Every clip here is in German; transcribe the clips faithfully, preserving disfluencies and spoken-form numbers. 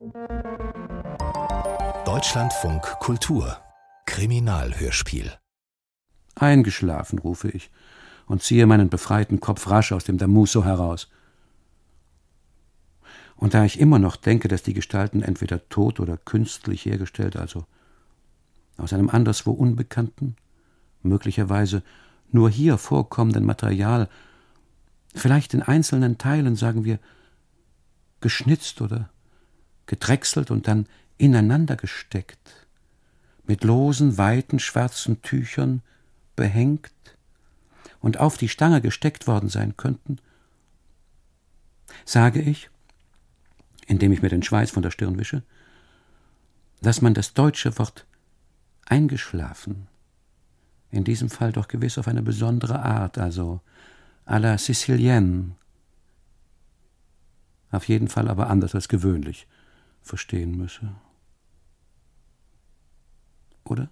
Deutschlandfunk Kultur Kriminalhörspiel. Eingeschlafen, rufe ich und ziehe meinen befreiten Kopf rasch aus dem Damuso heraus. Und da ich immer noch denke, dass die Gestalten entweder tot oder künstlich hergestellt, also aus einem anderswo unbekannten, möglicherweise nur hier vorkommenden Material, vielleicht in einzelnen Teilen, sagen wir, geschnitzt oder gedrechselt und dann ineinander gesteckt, mit losen, weiten, schwarzen Tüchern behängt und auf die Stange gesteckt worden sein könnten, sage ich, indem ich mir den Schweiß von der Stirn wische, dass man das deutsche Wort eingeschlafen in diesem Fall doch gewiss auf eine besondere Art, also à la Sicilienne, auf jeden Fall aber anders als gewöhnlich verstehen müsse. Oder?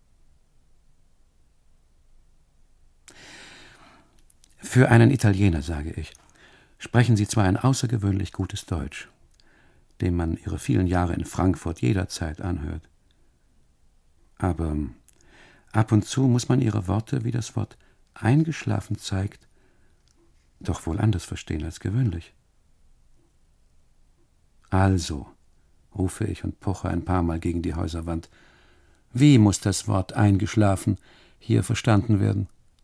Für einen Italiener, sage ich, sprechen Sie zwar ein außergewöhnlich gutes Deutsch, dem man Ihre vielen Jahre in Frankfurt jederzeit anhört, aber ab und zu muss man Ihre Worte, wie das Wort eingeschlafen zeigt, doch wohl anders verstehen als gewöhnlich. Also, rufe ich und poche ein paar Mal gegen die Häuserwand, wie muss das Wort eingeschlafen hier verstanden werden?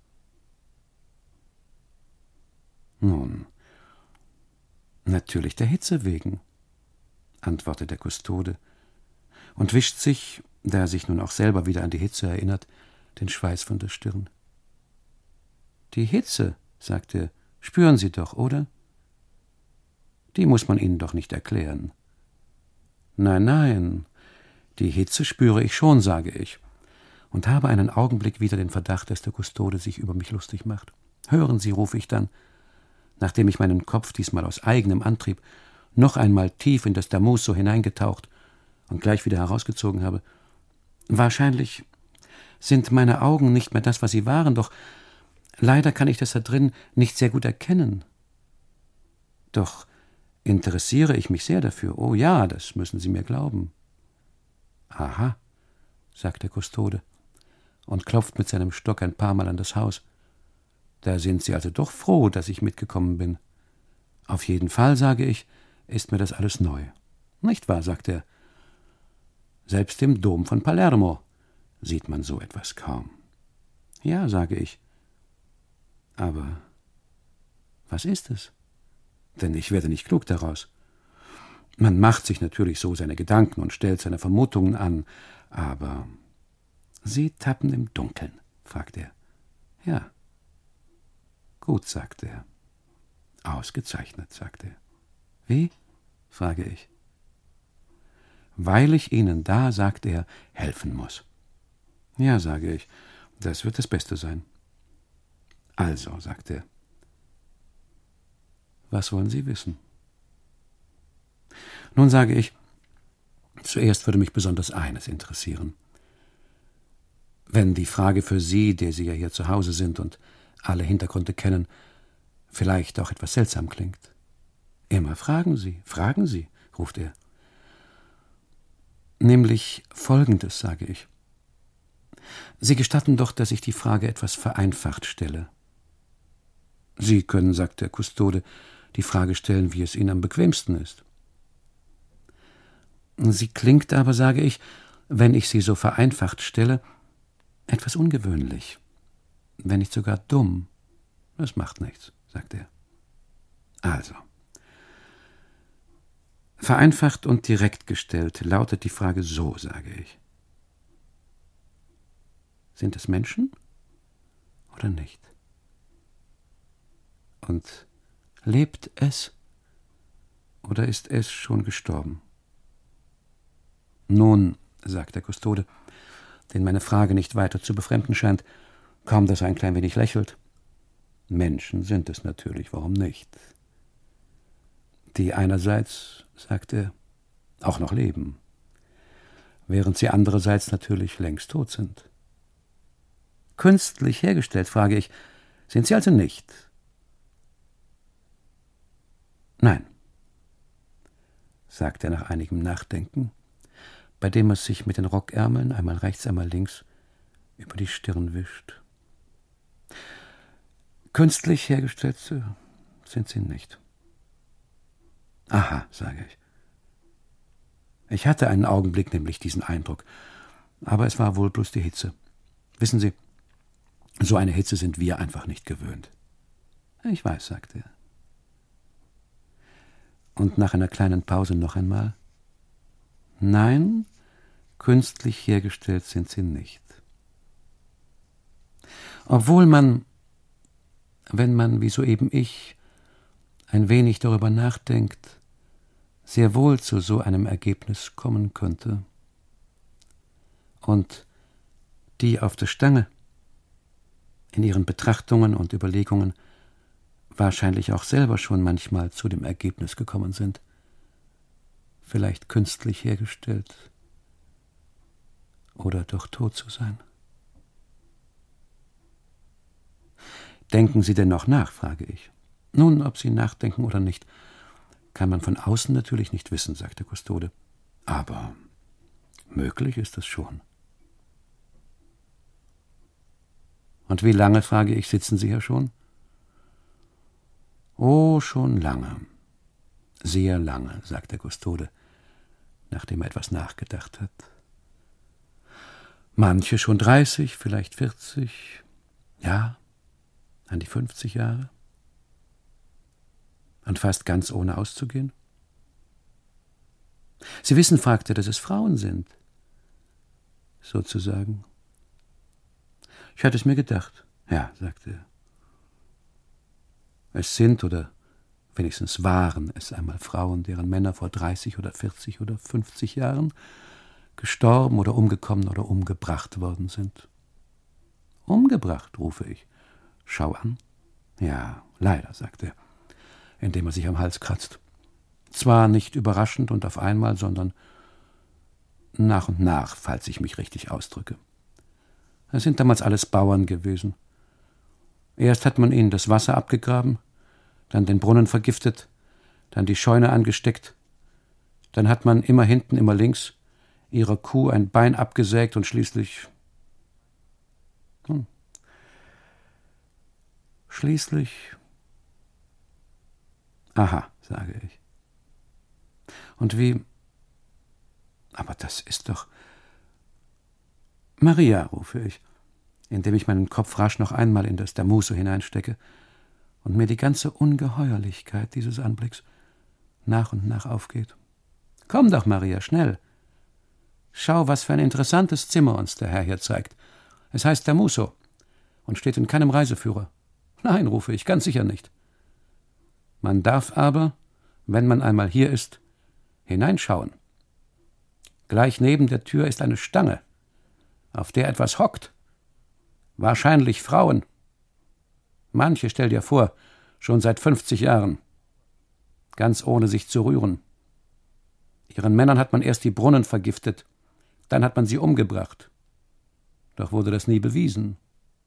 Nun, natürlich der Hitze wegen, antwortet der Kustode und wischt sich, da er sich nun auch selber wieder an die Hitze erinnert, den Schweiß von der Stirn. Die Hitze, sagt er, spüren Sie doch, oder? Die muss man Ihnen doch nicht erklären. Nein, nein, die Hitze spüre ich schon, sage ich, und habe einen Augenblick wieder den Verdacht, dass der Kustode sich über mich lustig macht. Hören Sie, rufe ich dann, nachdem ich meinen Kopf diesmal aus eigenem Antrieb noch einmal tief in das Damuso hineingetaucht und gleich wieder herausgezogen habe. Wahrscheinlich sind meine Augen nicht mehr das, was sie waren, doch leider kann ich das da drin nicht sehr gut erkennen. Doch interessiere ich mich sehr dafür. Oh ja, das müssen Sie mir glauben. Aha, sagt der Kustode und klopft mit seinem Stock ein paar Mal an das Haus. Da sind Sie also doch froh, dass ich mitgekommen bin. Auf jeden Fall, sage ich, ist mir das alles neu. Nicht wahr, sagt er. Selbst im Dom von Palermo sieht man so etwas kaum. Ja, sage ich. Aber was ist es? Denn ich werde nicht klug daraus. Man macht sich natürlich so seine Gedanken und stellt seine Vermutungen an, aber Sie tappen im Dunkeln, fragt er. Ja. Gut, sagt er. Ausgezeichnet, sagt er. Wie? Frage ich. Weil ich Ihnen da, sagt er, helfen muss. Ja, sage ich, das wird das Beste sein. Also, sagt er. Was wollen Sie wissen? Nun, sage ich, zuerst würde mich besonders eines interessieren. Wenn die Frage für Sie, der Sie ja hier zu Hause sind und alle Hintergründe kennen, vielleicht auch etwas seltsam klingt. Immer fragen Sie, fragen Sie, ruft er. Nämlich Folgendes, sage ich. Sie gestatten doch, dass ich die Frage etwas vereinfacht stelle. Sie können, sagt der Kustode, die Frage stellen, wie es Ihnen am bequemsten ist. Sie klingt aber, sage ich, wenn ich sie so vereinfacht stelle, etwas ungewöhnlich, wenn nicht sogar dumm. Das macht nichts, sagt er. Also, vereinfacht und direkt gestellt lautet die Frage so, sage ich. Sind es Menschen oder nicht? Und lebt es oder ist es schon gestorben? Nun, sagt der Kustode, den meine Frage nicht weiter zu befremden scheint, kaum dass er ein klein wenig lächelt. Menschen sind es natürlich, warum nicht? Die einerseits, sagt er, auch noch leben, während sie andererseits natürlich längst tot sind. Künstlich hergestellt, frage ich, sind sie also nicht? Nein. sagt er nach einigem Nachdenken, bei dem er sich mit den Rockärmeln, einmal rechts, einmal links, über die Stirn wischt. Künstlich hergestellt sind sie nicht. Aha, sage ich. Ich hatte einen Augenblick nämlich diesen Eindruck, aber es war wohl bloß die Hitze. Wissen Sie, so eine Hitze sind wir einfach nicht gewöhnt. Ich weiß, sagte er. Und nach einer kleinen Pause noch einmal: Nein, künstlich hergestellt sind sie nicht. Obwohl man, wenn man, wie soeben ich, ein wenig darüber nachdenkt, sehr wohl zu so einem Ergebnis kommen könnte. Und die auf der Stange in ihren Betrachtungen und Überlegungen wahrscheinlich auch selber schon manchmal zu dem Ergebnis gekommen sind, vielleicht künstlich hergestellt oder doch tot zu sein. Denken Sie denn noch nach, frage ich. Nun, ob Sie nachdenken oder nicht, kann man von außen natürlich nicht wissen, sagt der Kustode. Aber möglich ist es schon. Und wie lange, frage ich, sitzen Sie hier schon? Oh, schon lange. Sehr lange, sagt der Kustode, nachdem er etwas nachgedacht hat. Manche schon dreißig, vielleicht vierzig, ja, an die fünfzig Jahre. Und fast ganz ohne auszugehen. Sie wissen, fragte er, dass es Frauen sind, sozusagen. Ich hatte es mir gedacht. Ja, sagte er. Es sind oder wenigstens waren es einmal Frauen, deren Männer vor dreißig oder vierzig oder fünfzig Jahren gestorben oder umgekommen oder umgebracht worden sind. Umgebracht, rufe ich. Schau an. Ja, leider, sagt er, indem er sich am Hals kratzt. Zwar nicht überraschend und auf einmal, sondern nach und nach, falls ich mich richtig ausdrücke. Es sind damals alles Bauern gewesen. Erst hat man ihnen das Wasser abgegraben, dann den Brunnen vergiftet, dann die Scheune angesteckt, dann hat man immer hinten, immer links ihrer Kuh ein Bein abgesägt und schließlich... Hm, schließlich... Aha, sage ich. Und wie... Aber das ist doch... Maria, rufe ich, indem ich meinen Kopf rasch noch einmal in das Damuso hineinstecke und mir die ganze Ungeheuerlichkeit dieses Anblicks nach und nach aufgeht. Komm doch, Maria, schnell. Schau, was für ein interessantes Zimmer uns der Herr hier zeigt. Es heißt Damuso und steht in keinem Reiseführer. Nein, rufe ich, ganz sicher nicht. Man darf aber, wenn man einmal hier ist, hineinschauen. Gleich neben der Tür ist eine Stange, auf der etwas hockt. Wahrscheinlich Frauen. Manche, stell dir vor, schon seit fünfzig Jahren. Ganz ohne sich zu rühren. Ihren Männern hat man erst die Brunnen vergiftet, dann hat man sie umgebracht. Doch wurde das nie bewiesen.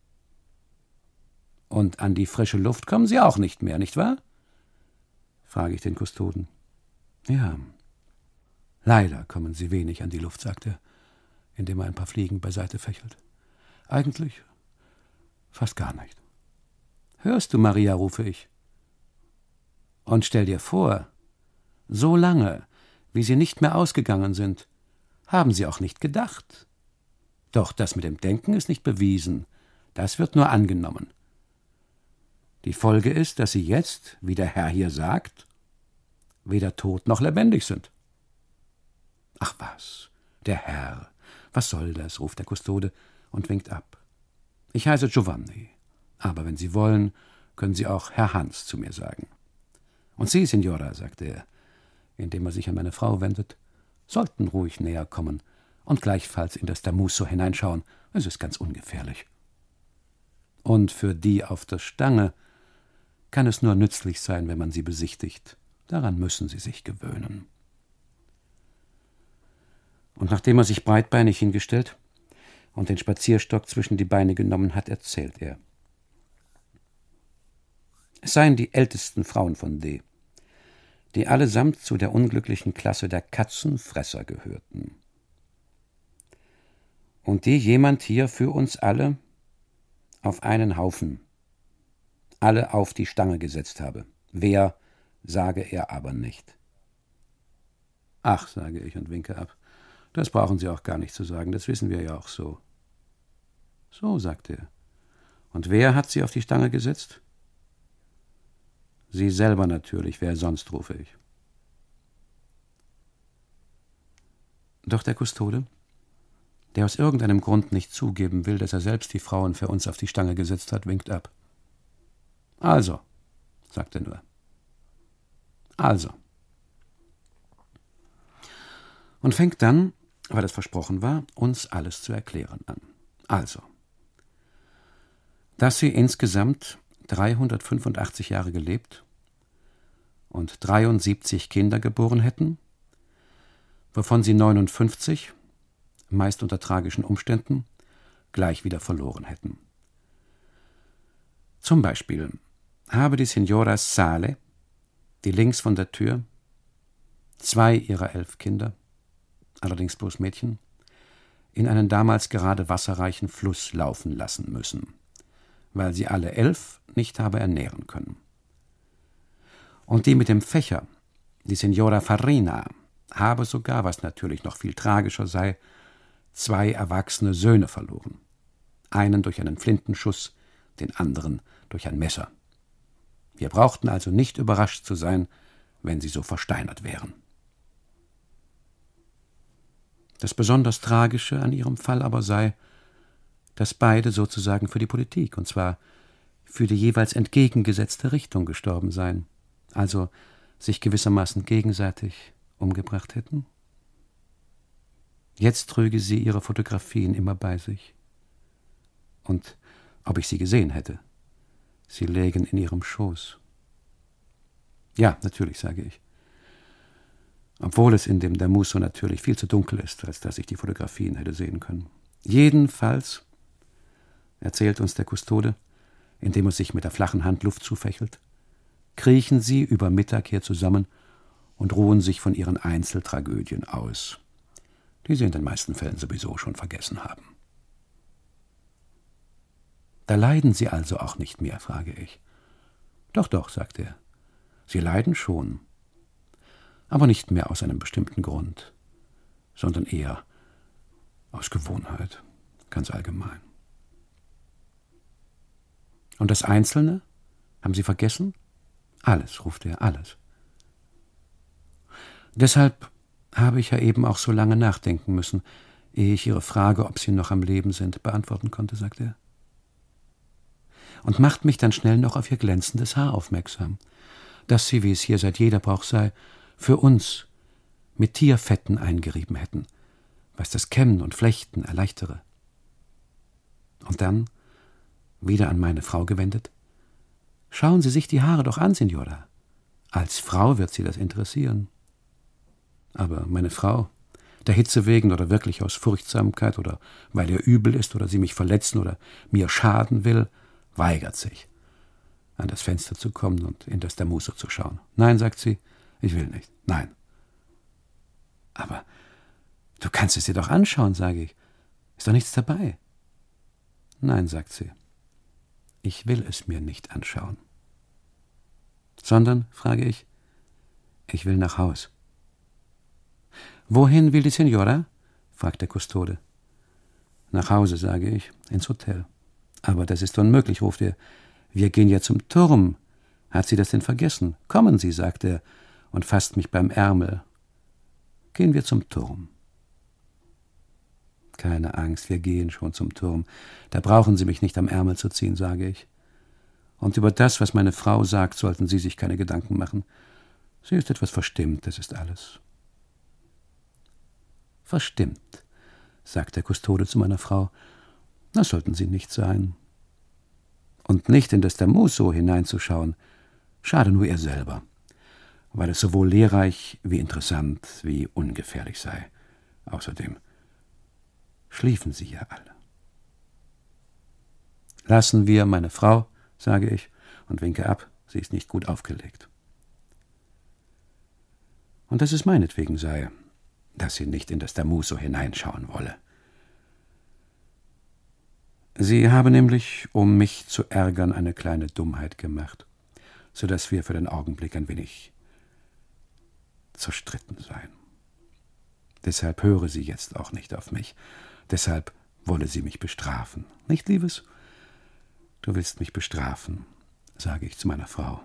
Und an die frische Luft kommen sie auch nicht mehr, nicht wahr? Frage ich den Kustoden. Ja, leider kommen sie wenig an die Luft, sagt er, indem er ein paar Fliegen beiseite fächelt. Eigentlich fast gar nicht. Hörst du, Maria, rufe ich. Und stell dir vor, so lange, wie sie nicht mehr ausgegangen sind, haben sie auch nicht gedacht. Doch das mit dem Denken ist nicht bewiesen, das wird nur angenommen. Die Folge ist, dass sie jetzt, wie der Herr hier sagt, weder tot noch lebendig sind. Ach was, der Herr, was soll das, ruft der Kustode und winkt ab. Ich heiße Giovanni, aber wenn Sie wollen, können Sie auch Herr Hans zu mir sagen. Und Sie, Signora, sagte er, indem er sich an meine Frau wendet, sollten ruhig näher kommen und gleichfalls in das Damuso hineinschauen. Es ist ganz ungefährlich. Und für die auf der Stange kann es nur nützlich sein, wenn man sie besichtigt. Daran müssen Sie sich gewöhnen. Und nachdem er sich breitbeinig hingestellt und den Spazierstock zwischen die Beine genommen hat, erzählt er. Es seien die ältesten Frauen von D. die allesamt zu der unglücklichen Klasse der Katzenfresser gehörten. Und die jemand hier für uns alle auf einen Haufen, alle auf die Stange gesetzt habe. Wer, sage er aber nicht. Ach, sage ich und winke ab, das brauchen Sie auch gar nicht zu sagen, das wissen wir ja auch so. So, sagte er. Und wer hat Sie auf die Stange gesetzt? Sie selber natürlich, wer sonst, rufe ich. Doch der Kustode, der aus irgendeinem Grund nicht zugeben will, dass er selbst die Frauen für uns auf die Stange gesetzt hat, winkt ab. Also, sagt er nur. Also. Und fängt dann, weil es versprochen war, uns alles zu erklären an. Also, dass sie insgesamt dreihundertfünfundachtzig Jahre gelebt und dreiundsiebzig Kinder geboren hätten, wovon sie neunundfünfzig, meist unter tragischen Umständen, gleich wieder verloren hätten. Zum Beispiel habe die Signora Sale, die links von der Tür, zwei ihrer elf Kinder, allerdings bloß Mädchen, in einen damals gerade wasserreichen Fluss laufen lassen müssen, weil sie alle elf nicht habe ernähren können. Und die mit dem Fächer, die Signora Farina, habe sogar, was natürlich noch viel tragischer sei, zwei erwachsene Söhne verloren. Einen durch einen Flintenschuss, den anderen durch ein Messer. Wir brauchten also nicht überrascht zu sein, wenn sie so versteinert wären. Das besonders Tragische an ihrem Fall aber sei, dass beide sozusagen für die Politik, und zwar für die jeweils entgegengesetzte Richtung gestorben seien, also sich gewissermaßen gegenseitig umgebracht hätten. Jetzt trüge sie ihre Fotografien immer bei sich. Und ob ich sie gesehen hätte, sie lägen in ihrem Schoß. Ja, natürlich, sage ich. Obwohl es in dem Damuso natürlich viel zu dunkel ist, als dass ich die Fotografien hätte sehen können. Jedenfalls, erzählt uns der Kustode, indem er sich mit der flachen Hand Luft zufächelt, kriechen sie über Mittag her zusammen und ruhen sich von ihren Einzeltragödien aus, die sie in den meisten Fällen sowieso schon vergessen haben. Da leiden Sie also auch nicht mehr, frage ich. Doch, doch, sagt er. Sie leiden schon, aber nicht mehr aus einem bestimmten Grund, sondern eher aus Gewohnheit, ganz allgemein. Und das Einzelne? Haben Sie vergessen? Alles, ruft er, alles. Deshalb habe ich ja eben auch so lange nachdenken müssen, ehe ich Ihre Frage, ob Sie noch am Leben sind, beantworten konnte, sagt er. Und macht mich dann schnell noch auf Ihr glänzendes Haar aufmerksam, das Sie, wie es hier seit jeder Brauch sei, für uns mit Tierfetten eingerieben hätten, was das Kämmen und Flechten erleichtere. Und dann, wieder an meine Frau gewendet, schauen Sie sich die Haare doch an, Signora. Als Frau wird Sie das interessieren. Aber meine Frau, der Hitze wegen oder wirklich aus Furchtsamkeit oder weil ihr übel ist oder sie mich verletzen oder mir schaden will, weigert sich, an das Fenster zu kommen und in das Damuso zu schauen. Nein, sagt sie, ich will nicht. Nein. Aber du kannst es dir doch anschauen, sage ich. Ist doch nichts dabei. Nein, sagt sie, ich will es mir nicht anschauen. Sondern, frage ich, ich will nach Haus. Wohin will die Signora? Fragt der Kustode. Nach Hause, sage ich, ins Hotel. Aber das ist unmöglich, ruft er. Wir gehen ja zum Turm. Hat sie das denn vergessen? Kommen Sie, sagt er und fasst mich beim Ärmel. Gehen wir zum Turm. Keine Angst, wir gehen schon zum Turm. Da brauchen Sie mich nicht am Ärmel zu ziehen, sage ich. Und über das, was meine Frau sagt, sollten Sie sich keine Gedanken machen. Sie ist etwas verstimmt, das ist alles. Verstimmt, sagt der Kustode zu meiner Frau. Das sollten Sie nicht sein. Und nicht in das Damuso hineinzuschauen, schade nur ihr selber, weil es sowohl lehrreich wie interessant wie ungefährlich sei. Außerdem schliefen Sie ja alle. Lassen wir meine Frau, sage ich und winke ab, sie ist nicht gut aufgelegt. und dass es meinetwegen sei, dass sie nicht in das Damuso hineinschauen wolle. Sie habe nämlich, um mich zu ärgern, eine kleine Dummheit gemacht, so dass wir für den Augenblick ein wenig zerstritten seien. Deshalb höre sie jetzt auch nicht auf mich. Deshalb wolle sie mich bestrafen. Nicht, Liebes? Du willst mich bestrafen, sage ich zu meiner Frau.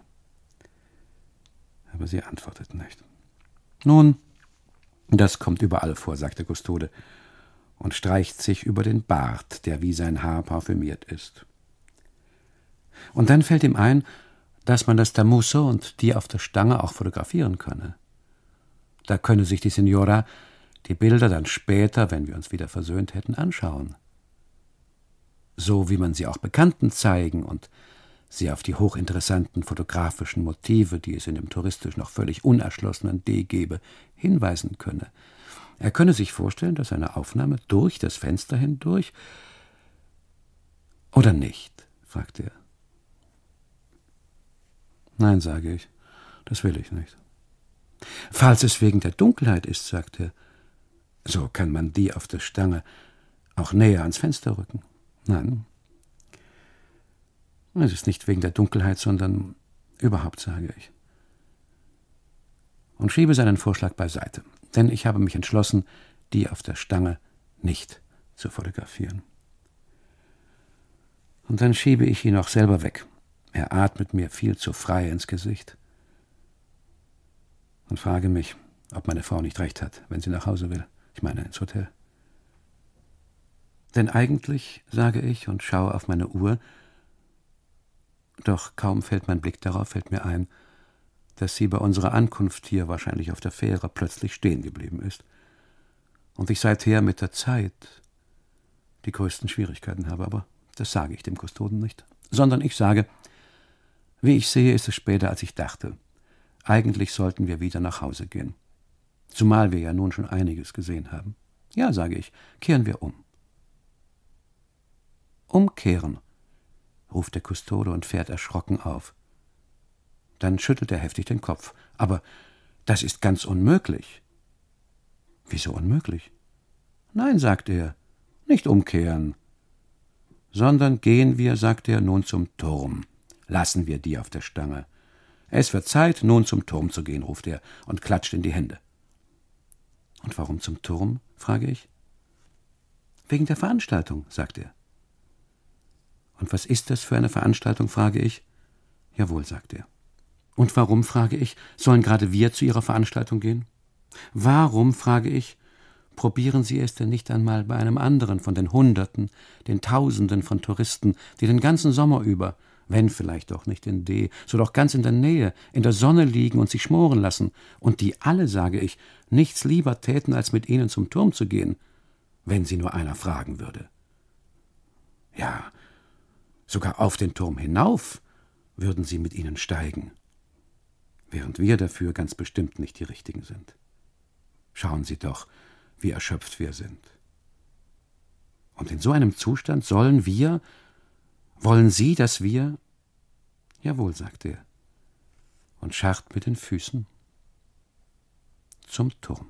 Aber sie antwortet nicht. Nun, das kommt überall vor, sagte Kustode und streicht sich über den Bart, der wie sein Haar parfümiert ist. Und dann fällt ihm ein, dass man das Damuso und die auf der Stange auch fotografieren könne. Da könne sich die Signora die Bilder dann später, wenn wir uns wieder versöhnt hätten, anschauen. So wie man sie auch Bekannten zeigen und sie auf die hochinteressanten fotografischen Motive, die es in dem touristisch noch völlig unerschlossenen D gebe, hinweisen könne. Er könne sich vorstellen, dass eine Aufnahme durch das Fenster hindurch oder nicht, fragte er. Nein, sage ich, das will ich nicht. Falls es wegen der Dunkelheit ist, sagte er, so kann man die auf der Stange auch näher ans Fenster rücken. Nein, es ist nicht wegen der Dunkelheit, sondern überhaupt, sage ich. Und schiebe seinen Vorschlag beiseite, denn ich habe mich entschlossen, die auf der Stange nicht zu fotografieren. Und dann schiebe ich ihn auch selber weg. Er atmet mir viel zu frei ins Gesicht. Und frage mich, ob meine Frau nicht recht hat, wenn sie nach Hause will. Ich meine, ins Hotel. Denn eigentlich, sage ich und schaue auf meine Uhr, doch kaum fällt mein Blick darauf, fällt mir ein, dass sie bei unserer Ankunft hier wahrscheinlich auf der Fähre plötzlich stehen geblieben ist und ich seither mit der Zeit die größten Schwierigkeiten habe. Aber das sage ich dem Kustoden nicht, sondern ich sage, wie ich sehe, ist es später, als ich dachte. Eigentlich sollten wir wieder nach Hause gehen, zumal wir ja nun schon einiges gesehen haben. Ja, sage ich, kehren wir um. Umkehren, ruft der Kustode und fährt erschrocken auf. Dann schüttelt er heftig den Kopf. Aber das ist ganz unmöglich. Wieso unmöglich? Nein, sagt er, nicht umkehren, sondern gehen wir, sagt er, nun zum Turm. Lassen wir die auf der Stange. Es wird Zeit, nun zum Turm zu gehen, ruft er und klatscht in die Hände. Und warum zum Turm, frage ich. Wegen der Veranstaltung, sagt er. Und was ist das für eine Veranstaltung, frage ich. Jawohl, sagt er. Und warum, frage ich, sollen gerade wir zu Ihrer Veranstaltung gehen? Warum, frage ich, probieren Sie es denn nicht einmal bei einem anderen von den Hunderten, den Tausenden von Touristen, die den ganzen Sommer über, wenn vielleicht doch nicht in D, so doch ganz in der Nähe, in der Sonne liegen und sich schmoren lassen, und die alle, sage ich, nichts lieber täten, als mit Ihnen zum Turm zu gehen, wenn sie nur einer fragen würde. Ja, sogar auf den Turm hinauf würden sie mit ihnen steigen, während wir dafür ganz bestimmt nicht die Richtigen sind. Schauen Sie doch, wie erschöpft wir sind. Und in so einem Zustand sollen wir, wollen Sie, dass wir? Jawohl, sagt er und scharrt mit den Füßen zum Turm.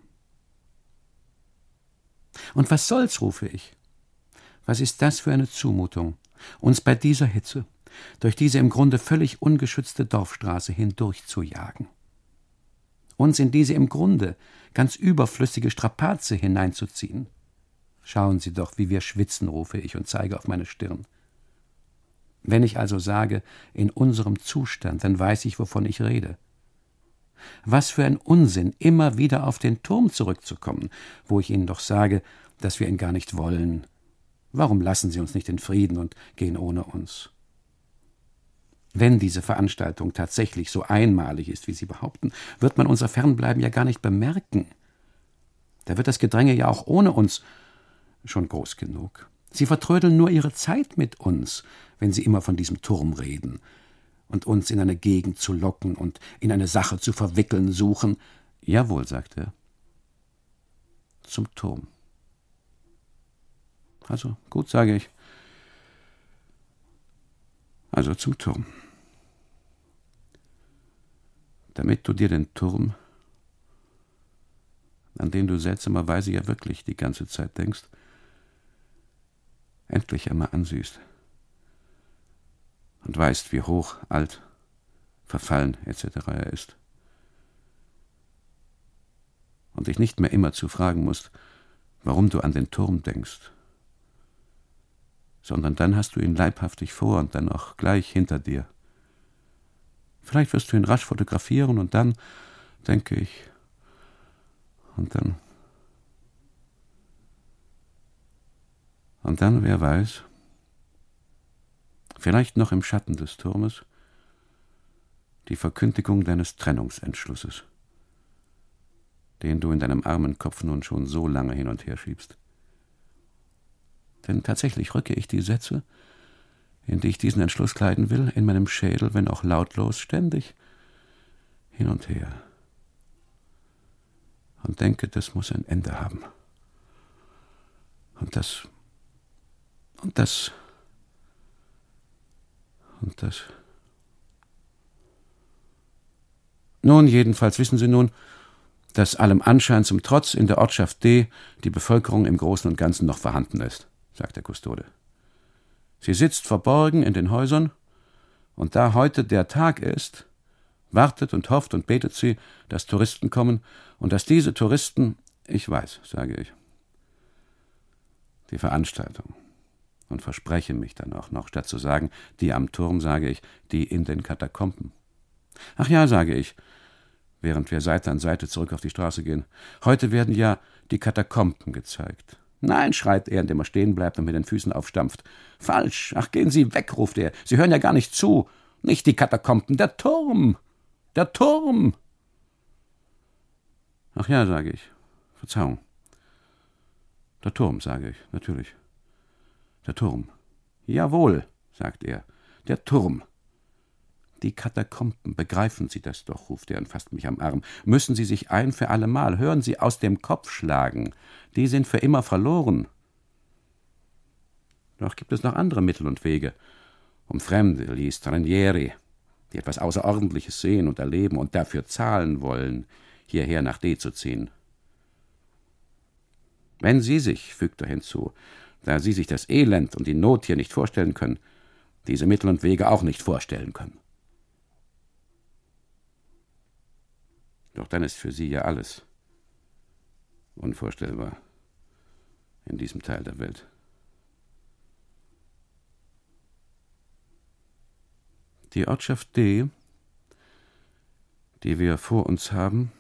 Und was soll's, rufe ich. Was ist das für eine Zumutung, uns bei dieser Hitze durch diese im Grunde völlig ungeschützte Dorfstraße hindurch zu jagen, uns in diese im Grunde ganz überflüssige Strapaze hineinzuziehen. Schauen Sie doch, wie wir schwitzen, rufe ich und zeige auf meine Stirn. Wenn ich also sage, in unserem Zustand, dann weiß ich, wovon ich rede. Was für ein Unsinn, immer wieder auf den Turm zurückzukommen, wo ich Ihnen doch sage, dass wir ihn gar nicht wollen. Warum lassen Sie uns nicht in Frieden und gehen ohne uns? Wenn diese Veranstaltung tatsächlich so einmalig ist, wie Sie behaupten, wird man unser Fernbleiben ja gar nicht bemerken. Da wird das Gedränge ja auch ohne uns schon groß genug. Sie vertrödeln nur Ihre Zeit mit uns, wenn Sie immer von diesem Turm reden und uns in eine Gegend zu locken und in eine Sache zu verwickeln suchen. Jawohl, sagt er. Zum Turm. Also, gut, sage ich. Also zum Turm. Damit du dir den Turm an den du seltsamerweise ja wirklich die ganze Zeit denkst, endlich einmal ansiehst und weißt, wie hoch, alt, verfallen et cetera er ist. Und dich nicht mehr immerzu fragen musst, warum du an den Turm denkst, sondern dann hast du ihn leibhaftig vor und dann auch gleich hinter dir. Vielleicht wirst du ihn rasch fotografieren und dann, denke ich, und dann, und dann, wer weiß, vielleicht noch im Schatten des Turmes, die Verkündigung deines Trennungsentschlusses, den du in deinem armen Kopf nun schon so lange hin und her schiebst. Denn tatsächlich rücke ich die Sätze, in die ich diesen Entschluss kleiden will, in meinem Schädel, wenn auch lautlos, ständig hin und her. Und denke, das muss ein Ende haben. Und das, und das, und das. Nun, jedenfalls wissen Sie nun, dass allem Anschein zum Trotz in der Ortschaft D die Bevölkerung im Großen und Ganzen noch vorhanden ist, sagt der Kustode. Sie sitzt verborgen in den Häusern, und da heute der Tag ist, wartet und hofft und betet sie, dass Touristen kommen und dass diese Touristen, ich weiß, sage ich, die Veranstaltung, und verspreche mich dann auch noch, statt zu sagen, die am Turm, sage ich, die in den Katakomben. Ach ja, sage ich, während wir Seite an Seite zurück auf die Straße gehen, heute werden ja die Katakomben gezeigt. Nein, schreit er, indem er stehen bleibt und mit den Füßen aufstampft. Falsch, ach, gehen Sie weg, ruft er, Sie hören ja gar nicht zu. Nicht die Katakomben, der Turm, der Turm. Ach ja, sage ich, Verzeihung. Der Turm, sage ich, natürlich. Der Turm. Jawohl, sagt er, der Turm. Die Katakomben, begreifen Sie das doch, ruft er und fasst mich am Arm. Müssen Sie sich ein für allemal, hören Sie, aus dem Kopf schlagen. Die sind für immer verloren. Doch gibt es noch andere Mittel und Wege, um Fremde, gli stranieri, die etwas Außerordentliches sehen und erleben und dafür zahlen wollen, hierher nach D zu ziehen. Wenn Sie sich, fügt er hinzu, da Sie sich das Elend und die Not hier nicht vorstellen können, diese Mittel und Wege auch nicht vorstellen können. Doch dann ist für Sie ja alles unvorstellbar in diesem Teil der Welt. Die Ortschaft D, die wir vor uns haben,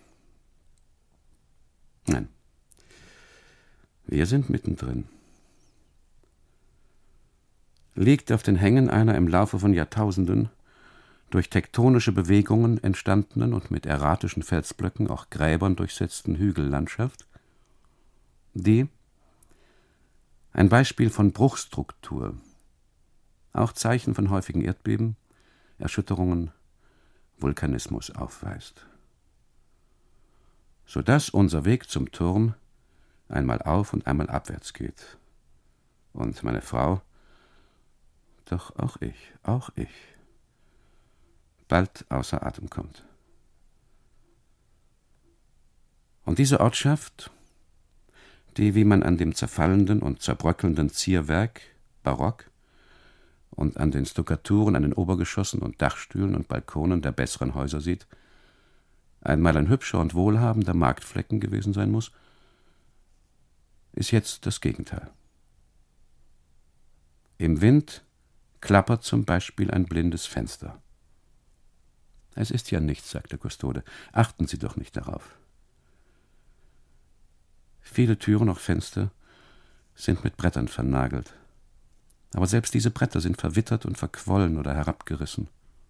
nein, wir sind mittendrin, liegt auf den Hängen einer im Laufe von Jahrtausenden durch tektonische Bewegungen entstandenen und mit erratischen Felsblöcken, auch Gräbern durchsetzten Hügellandschaft, die ein Beispiel von Bruchstruktur, auch Zeichen von häufigen Erdbeben, Erschütterungen, Vulkanismus aufweist, sodass unser Weg zum Turm einmal auf und einmal abwärts geht. Und meine Frau, doch auch ich, auch ich, bald außer Atem kommt. Und diese Ortschaft, die, wie man an dem zerfallenden und zerbröckelnden Zierwerk, barock, und an den Stuckaturen an den Obergeschossen und Dachstühlen und Balkonen der besseren Häuser sieht, einmal ein hübscher und wohlhabender Marktflecken gewesen sein muss, ist jetzt das Gegenteil. Im Wind klappert zum Beispiel ein blindes Fenster. Es ist ja nichts, sagt der Kustode. Achten Sie doch nicht darauf. Viele Türen, auch Fenster, sind mit Brettern vernagelt. Aber selbst diese Bretter sind verwittert und verquollen oder herabgerissen.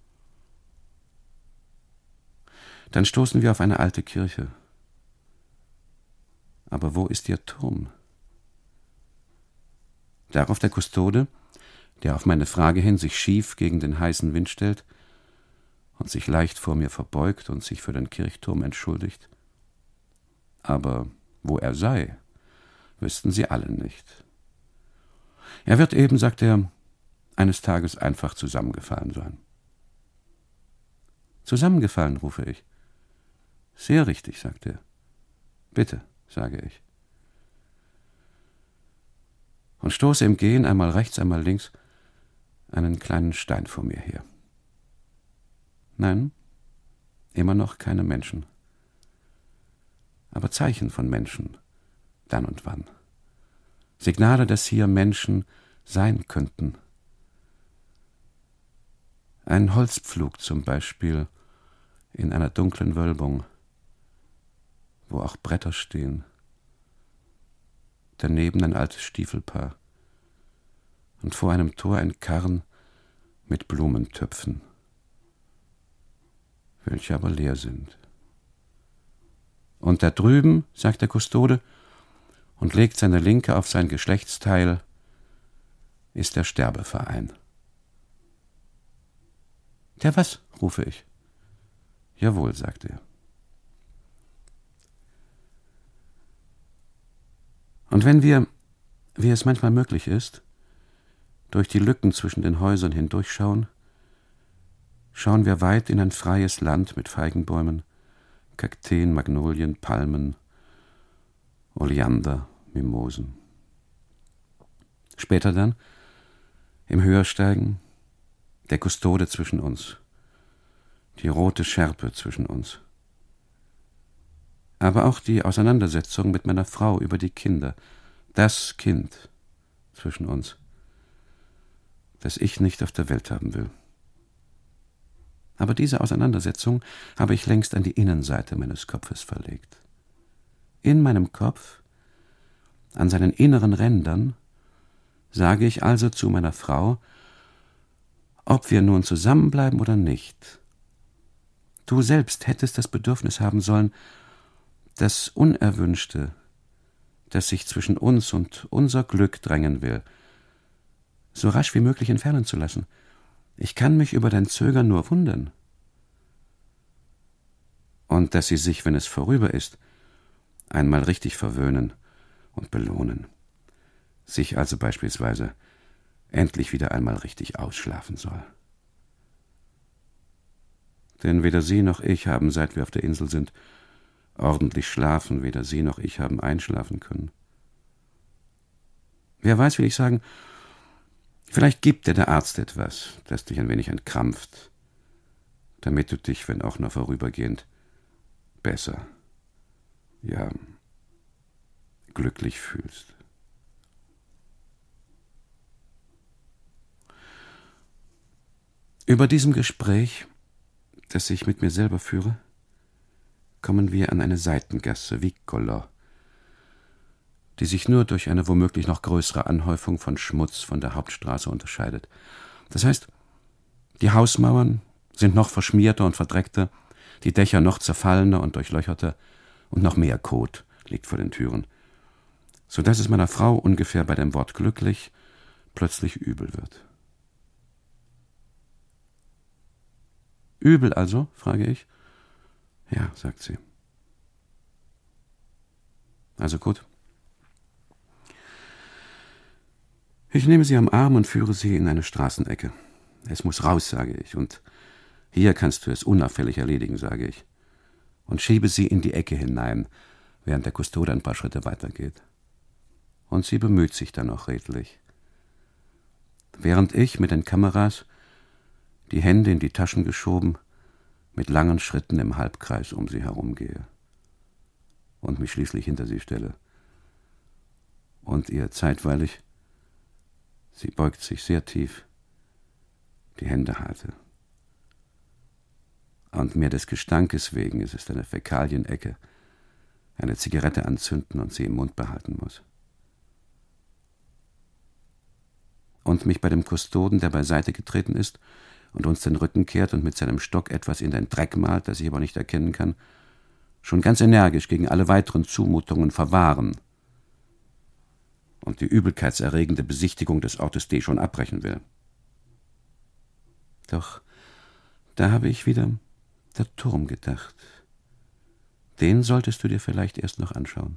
Dann stoßen wir auf eine alte Kirche. Aber wo ist ihr Turm? Darauf der Kustode, der auf meine Frage hin sich schief gegen den heißen Wind stellt und sich leicht vor mir verbeugt und sich für den Kirchturm entschuldigt. Aber wo er sei, wüssten sie alle nicht. Er wird eben, sagt er, eines Tages einfach zusammengefallen sein. Zusammengefallen, rufe ich. Sehr richtig, sagt er. Bitte. sage ich. Und stoße im Gehen einmal rechts, einmal links einen kleinen Stein vor mir her. Nein, immer noch keine Menschen. Aber Zeichen von Menschen, dann und wann. Signale, dass hier Menschen sein könnten. Ein Holzpflug zum Beispiel in einer dunklen Wölbung, wo auch Bretter stehen. Daneben ein altes Stiefelpaar und vor einem Tor ein Karren mit Blumentöpfen, welche aber leer sind. Und da drüben, sagt der Kustode und legt seine Linke auf sein Geschlechtsteil, ist der Sterbeverein. Der was? Rufe ich. Jawohl, sagt er. Und wenn wir, wie es manchmal möglich ist, durch die Lücken zwischen den Häusern hindurchschauen, schauen wir weit in ein freies Land mit Feigenbäumen, Kakteen, Magnolien, Palmen, Oleander, Mimosen. Später dann, im Höhersteigen, der Kustode zwischen uns, die rote Schärpe zwischen uns. Aber auch die Auseinandersetzung mit meiner Frau über die Kinder, das Kind zwischen uns, das ich nicht auf der Welt haben will. Aber diese Auseinandersetzung habe ich längst an die Innenseite meines Kopfes verlegt. In meinem Kopf, an seinen inneren Rändern, sage ich also zu meiner Frau, ob wir nun zusammenbleiben oder nicht. Du selbst hättest das Bedürfnis haben sollen, das Unerwünschte, das sich zwischen uns und unser Glück drängen will, so rasch wie möglich entfernen zu lassen. Ich kann mich über dein Zögern nur wundern. Und dass sie sich, wenn es vorüber ist, einmal richtig verwöhnen und belohnen. Sich also beispielsweise endlich wieder einmal richtig ausschlafen soll. Denn weder sie noch ich haben, seit wir auf der Insel sind, ordentlich schlafen, weder sie noch ich haben einschlafen können. Wer weiß, will ich sagen, vielleicht gibt dir der Arzt etwas, das dich ein wenig entkrampft, damit du dich, wenn auch nur vorübergehend, besser, ja, glücklich fühlst. Über diesem Gespräch, das ich mit mir selber führe, kommen wir an eine Seitengasse, Vicolo, die sich nur durch eine womöglich noch größere Anhäufung von Schmutz von der Hauptstraße unterscheidet. Das heißt, die Hausmauern sind noch verschmierter und verdreckter, die Dächer noch zerfallener und durchlöcherter und noch mehr Kot liegt vor den Türen, so dass es meiner Frau ungefähr bei dem Wort glücklich plötzlich übel wird. Übel also? Frage ich. Ja, sagt sie. Also gut. Ich nehme sie am Arm und führe sie in eine Straßenecke. Es muss raus, sage ich, und hier kannst du es unauffällig erledigen, sage ich, und schiebe sie in die Ecke hinein, während der Kustode ein paar Schritte weitergeht. Und sie bemüht sich dann auch redlich. Während ich mit den Kameras, die Hände in die Taschen geschoben, mit langen Schritten im Halbkreis um sie herumgehe und mich schließlich hinter sie stelle und ihr zeitweilig, sie beugt sich sehr tief, die Hände halte. Und mir des Gestankes wegen, es ist eine Fäkalienecke, eine Zigarette anzünden und sie im Mund behalten muss. Und mich bei dem Kustoden, der beiseite getreten ist und uns den Rücken kehrt und mit seinem Stock etwas in den Dreck malt, das ich aber nicht erkennen kann, schon ganz energisch gegen alle weiteren Zumutungen verwahren und die übelkeitserregende Besichtigung des Ortes D schon abbrechen will. Doch da habe ich wieder der Turm gedacht. Den solltest du dir vielleicht erst noch anschauen.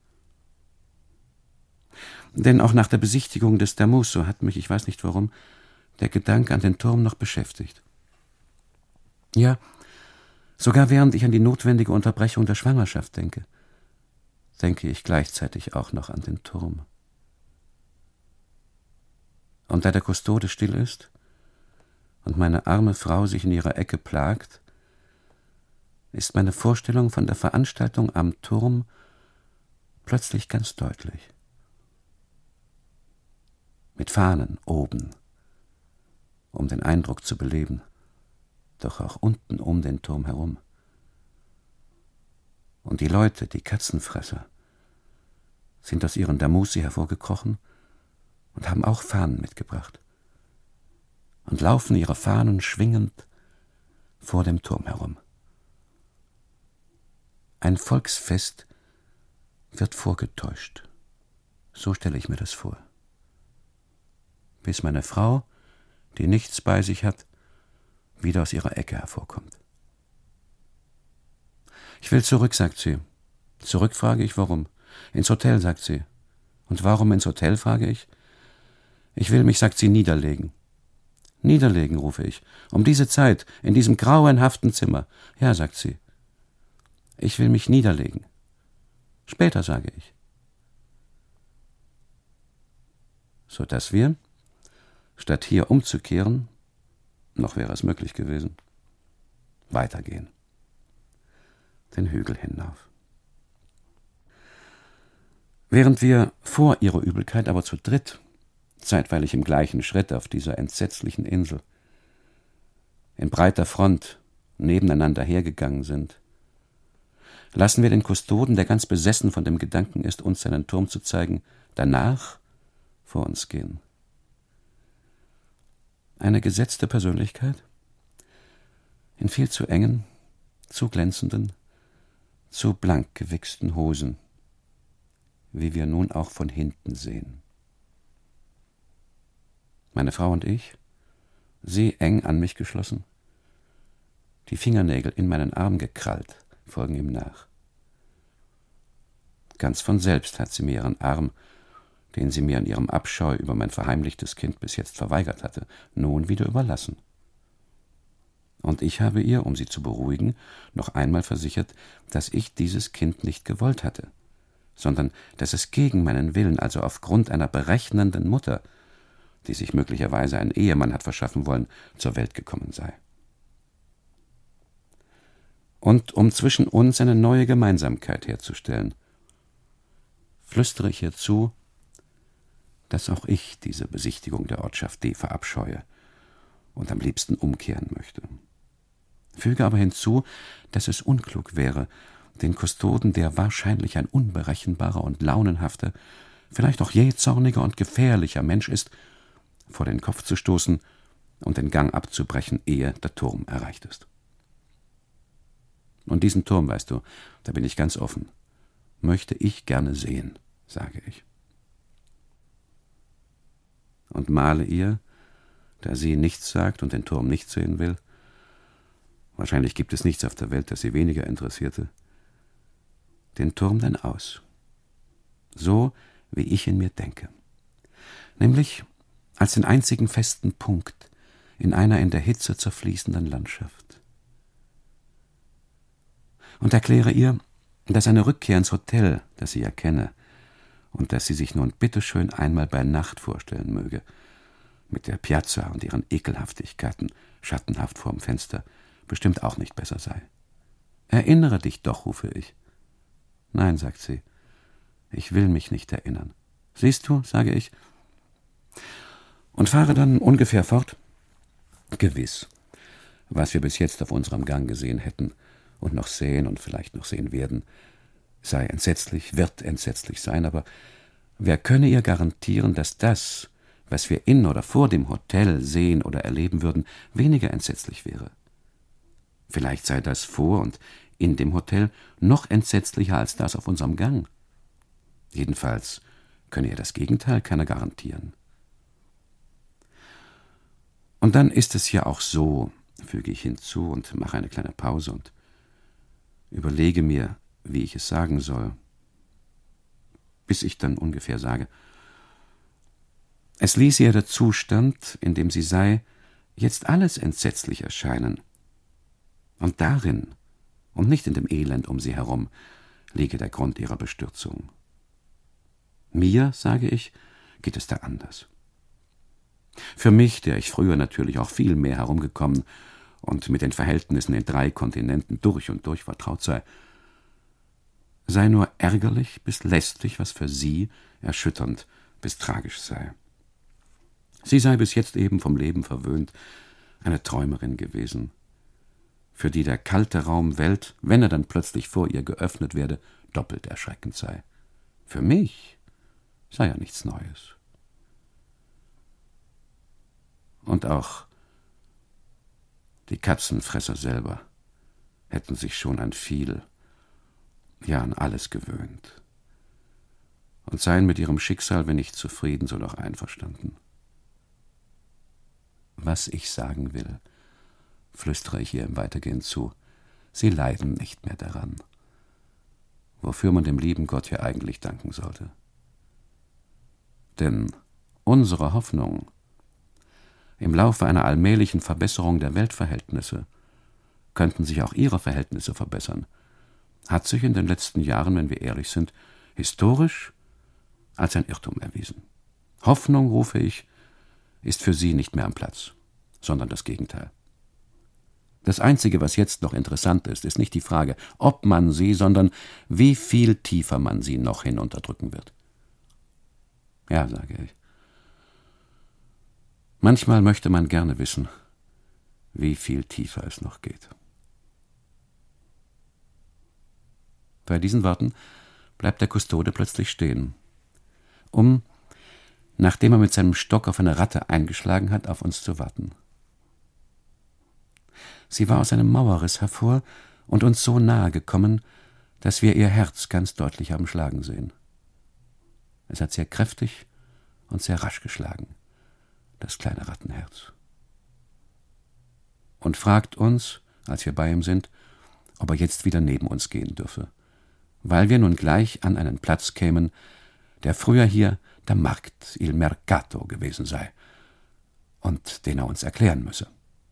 Denn auch nach der Besichtigung des Damuso hat mich, ich weiß nicht warum, der Gedanke an den Turm noch beschäftigt. Ja, sogar während ich an die notwendige Unterbrechung der Schwangerschaft denke. denke ich gleichzeitig auch noch an den Turm. Und da der Kustode still ist und meine arme Frau sich in ihrer Ecke plagt, ist meine Vorstellung von der Veranstaltung am Turm plötzlich ganz deutlich. Mit Fahnen oben, um den Eindruck zu beleben, doch auch unten um den Turm herum. Und die Leute, die Katzenfresser, sind aus ihren Damusi hervorgekrochen und haben auch Fahnen mitgebracht und laufen ihre Fahnen schwingend vor dem Turm herum. Ein Volksfest wird vorgetäuscht, so stelle ich mir das vor. Bis meine Frau, die nichts bei sich hat, wieder aus ihrer Ecke hervorkommt. »Ich will zurück«, sagt sie. Zurück, frage ich, warum? »Ins Hotel«, sagt sie. Und warum ins Hotel, frage ich. »Ich will mich«, sagt sie, »niederlegen.« »Niederlegen«, rufe ich. »Um diese Zeit, in diesem grauenhaften Zimmer.« »Ja«, sagt sie. »Ich will mich niederlegen.« »Später«, sage ich. So dass wir, statt hier umzukehren, noch wäre es möglich gewesen, weitergehen. Den Hügel hinauf. Während wir vor ihrer Übelkeit aber zu dritt, zeitweilig im gleichen Schritt auf dieser entsetzlichen Insel, in breiter Front nebeneinander hergegangen sind, lassen wir den Kustoden, der ganz besessen von dem Gedanken ist, uns seinen Turm zu zeigen, danach vor uns gehen. Eine gesetzte Persönlichkeit in viel zu engen, zu glänzenden, zu blank gewichsten Hosen, wie wir nun auch von hinten sehen. Meine Frau und ich, sie eng an mich geschlossen, die Fingernägel in meinen Arm gekrallt, folgen ihm nach. Ganz von selbst hat sie mir ihren Arm, den sie mir in ihrem Abscheu über mein verheimlichtes Kind bis jetzt verweigert hatte, nun wieder überlassen. Und ich habe ihr, um sie zu beruhigen, noch einmal versichert, dass ich dieses Kind nicht gewollt hatte, sondern dass es gegen meinen Willen, also aufgrund einer berechnenden Mutter, die sich möglicherweise einen Ehemann hat verschaffen wollen, zur Welt gekommen sei. Und um zwischen uns eine neue Gemeinsamkeit herzustellen, flüstere ich ihr zu, dass auch ich diese Besichtigung der Ortschaft D verabscheue und am liebsten umkehren möchte. Füge aber hinzu, dass es unklug wäre, den Kustoden, der wahrscheinlich ein unberechenbarer und launenhafter, vielleicht auch jähzorniger und gefährlicher Mensch ist, vor den Kopf zu stoßen und den Gang abzubrechen, ehe der Turm erreicht ist. Und diesen Turm, weißt du, da bin ich ganz offen, möchte ich gerne sehen, sage ich. Und male ihr, da sie nichts sagt und den Turm nicht sehen will, wahrscheinlich gibt es nichts auf der Welt, das sie weniger interessierte, den Turm dann aus, so wie ich in mir denke, nämlich als den einzigen festen Punkt in einer in der Hitze zerfließenden Landschaft. Und erkläre ihr, dass eine Rückkehr ins Hotel, das sie ja kenne, und dass sie sich nun bitteschön einmal bei Nacht vorstellen möge, mit der Piazza und ihren Ekelhaftigkeiten schattenhaft vorm Fenster, bestimmt auch nicht besser sei. Erinnere dich doch, rufe ich. Nein, sagt sie, ich will mich nicht erinnern. Siehst du, sage ich, und fahre dann ungefähr fort. Gewiss, was wir bis jetzt auf unserem Gang gesehen hätten und noch sehen und vielleicht noch sehen werden, sei entsetzlich, wird entsetzlich sein, aber wer könne ihr garantieren, dass das, was wir in oder vor dem Hotel sehen oder erleben würden, weniger entsetzlich wäre? Vielleicht sei das vor und in dem Hotel noch entsetzlicher als das auf unserem Gang. Jedenfalls könne ihr das Gegenteil keiner garantieren. Und dann ist es ja auch so, füge ich hinzu und mache eine kleine Pause und überlege mir, wie ich es sagen soll, bis ich dann ungefähr sage, es ließe ihr der Zustand, in dem sie sei, jetzt alles entsetzlich erscheinen. Und darin, und nicht in dem Elend um sie herum, liege der Grund ihrer Bestürzung. Mir, sage ich, geht es da anders. Für mich, der ich früher natürlich auch viel mehr herumgekommen und mit den Verhältnissen in drei Kontinenten durch und durch vertraut sei, sei nur ärgerlich bis lästig, was für sie erschütternd bis tragisch sei. Sie sei bis jetzt eben vom Leben verwöhnt, eine Träumerin gewesen, für die der kalte Raum Welt, wenn er dann plötzlich vor ihr geöffnet werde, doppelt erschreckend sei. Für mich sei ja nichts Neues. Und auch die Katzenfresser selber hätten sich schon an viel, ja an alles gewöhnt und seien mit ihrem Schicksal, wenn nicht zufrieden, so doch einverstanden. Was ich sagen will, flüstere ich ihr im Weitergehen zu, sie leiden nicht mehr daran, wofür man dem lieben Gott ja eigentlich danken sollte. Denn unsere Hoffnung im Laufe einer allmählichen Verbesserung der Weltverhältnisse, könnten sich auch ihre Verhältnisse verbessern, hat sich in den letzten Jahren, wenn wir ehrlich sind, historisch als ein Irrtum erwiesen. Hoffnung, rufe ich, ist für sie nicht mehr am Platz, sondern das Gegenteil. Das Einzige, was jetzt noch interessant ist, ist nicht die Frage, ob man sie, sondern wie viel tiefer man sie noch hinunterdrücken wird. Ja, sage ich. Manchmal möchte man gerne wissen, wie viel tiefer es noch geht. Bei diesen Worten bleibt der Kustode plötzlich stehen, um, nachdem er mit seinem Stock auf eine Ratte eingeschlagen hat, auf uns zu warten. Sie war aus einem Mauerriss hervor und uns so nahe gekommen, dass wir ihr Herz ganz deutlich haben schlagen sehen. Es hat sehr kräftig und sehr rasch geschlagen, das kleine Rattenherz. Und fragt uns, als wir bei ihm sind, ob er jetzt wieder neben uns gehen dürfe, weil wir nun gleich an einen Platz kämen, der früher hier der Markt, il Mercato, gewesen sei, und den er uns erklären müsse.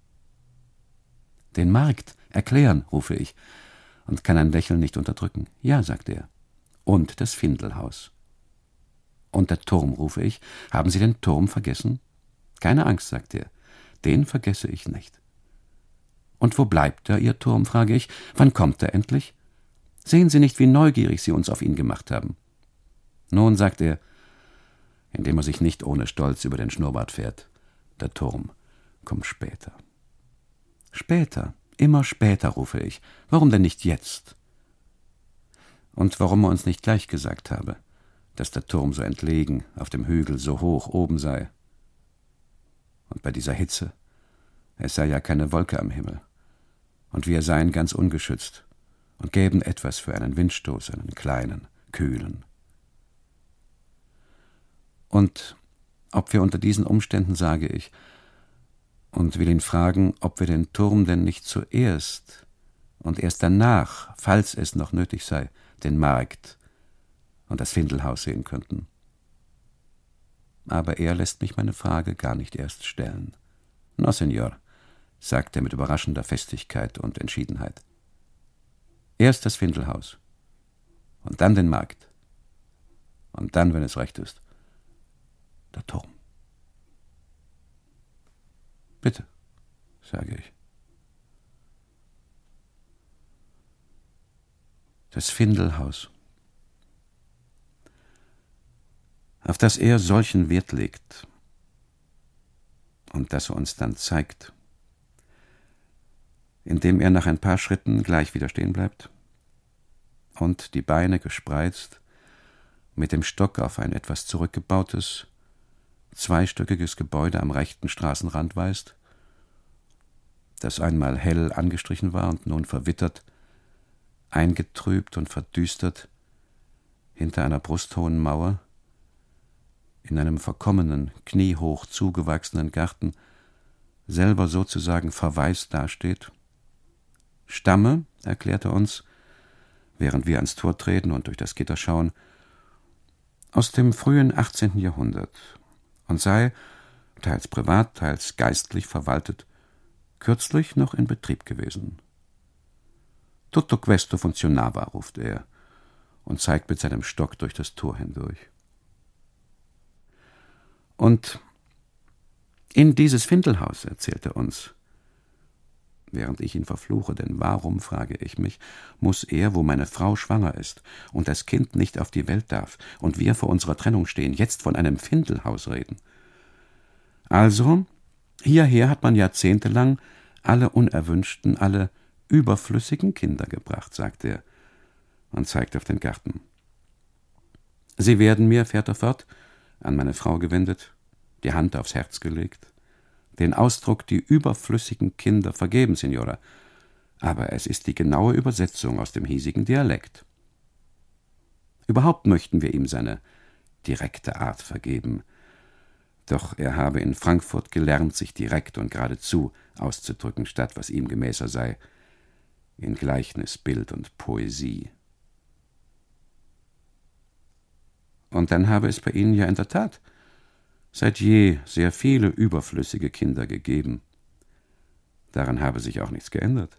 Den Markt erklären, rufe ich, und kann ein Lächeln nicht unterdrücken. Ja, sagt er. Und das Findelhaus. Und der Turm, rufe ich. Haben Sie den Turm vergessen? Keine Angst, sagt er. Den vergesse ich nicht. Und wo bleibt er, Ihr Turm, frage ich. Wann kommt er endlich? Sehen Sie nicht, wie neugierig Sie uns auf ihn gemacht haben? Nun, sagt er, indem er sich nicht ohne Stolz über den Schnurrbart fährt, der Turm kommt später. Später, immer später, rufe ich. Warum denn nicht jetzt? Und warum er uns nicht gleich gesagt habe, dass der Turm so entlegen, auf dem Hügel so hoch oben sei. Und bei dieser Hitze, es sei ja keine Wolke am Himmel, und wir seien ganz ungeschützt und gäben etwas für einen Windstoß, einen kleinen, kühlen. Und ob wir unter diesen Umständen, sage ich, und will ihn fragen, ob wir den Turm denn nicht zuerst und erst danach, falls es noch nötig sei, den Markt und das Findelhaus sehen könnten. Aber er lässt mich meine Frage gar nicht erst stellen. No, Senor, sagt er mit überraschender Festigkeit und Entschiedenheit. Erst das Findelhaus und dann den Markt und dann, wenn es recht ist, der Turm. Bitte, sage ich. Das Findelhaus, auf das er solchen Wert legt und das er uns dann zeigt, indem er nach ein paar Schritten gleich wieder stehen bleibt und die Beine gespreizt mit dem Stock auf ein etwas zurückgebautes, zweistöckiges Gebäude am rechten Straßenrand weist, das einmal hell angestrichen war und nun verwittert, eingetrübt und verdüstert hinter einer brusthohen Mauer, in einem verkommenen, kniehoch zugewachsenen Garten, selber sozusagen verwaist dasteht. Stamme, erklärt er uns, während wir ans Tor treten und durch das Gitter schauen, aus dem frühen achtzehnten Jahrhundert und sei, teils privat, teils geistlich verwaltet, kürzlich noch in Betrieb gewesen. Tutto questo funzionava, ruft er, und zeigt mit seinem Stock durch das Tor hindurch. Und in dieses Findelhaus, erzählt er uns, während ich ihn verfluche, denn warum, frage ich mich, muss er, wo meine Frau schwanger ist und das Kind nicht auf die Welt darf und wir vor unserer Trennung stehen, jetzt von einem Findelhaus reden? Also, hierher hat man jahrzehntelang alle unerwünschten, alle überflüssigen Kinder gebracht, sagt er und zeigt auf den Garten. Sie werden mir, fährt er fort, an meine Frau gewendet, die Hand aufs Herz gelegt, den Ausdruck die überflüssigen Kinder vergeben, Signora, aber es ist die genaue Übersetzung aus dem hiesigen Dialekt. Überhaupt möchten wir ihm seine direkte Art vergeben, doch er habe in Frankfurt gelernt, sich direkt und geradezu auszudrücken, statt, was ihm gemäßer sei, in Gleichnis, Bild und Poesie. Und dann habe es bei Ihnen ja in der Tat seit je sehr viele überflüssige Kinder gegeben. Daran habe sich auch nichts geändert.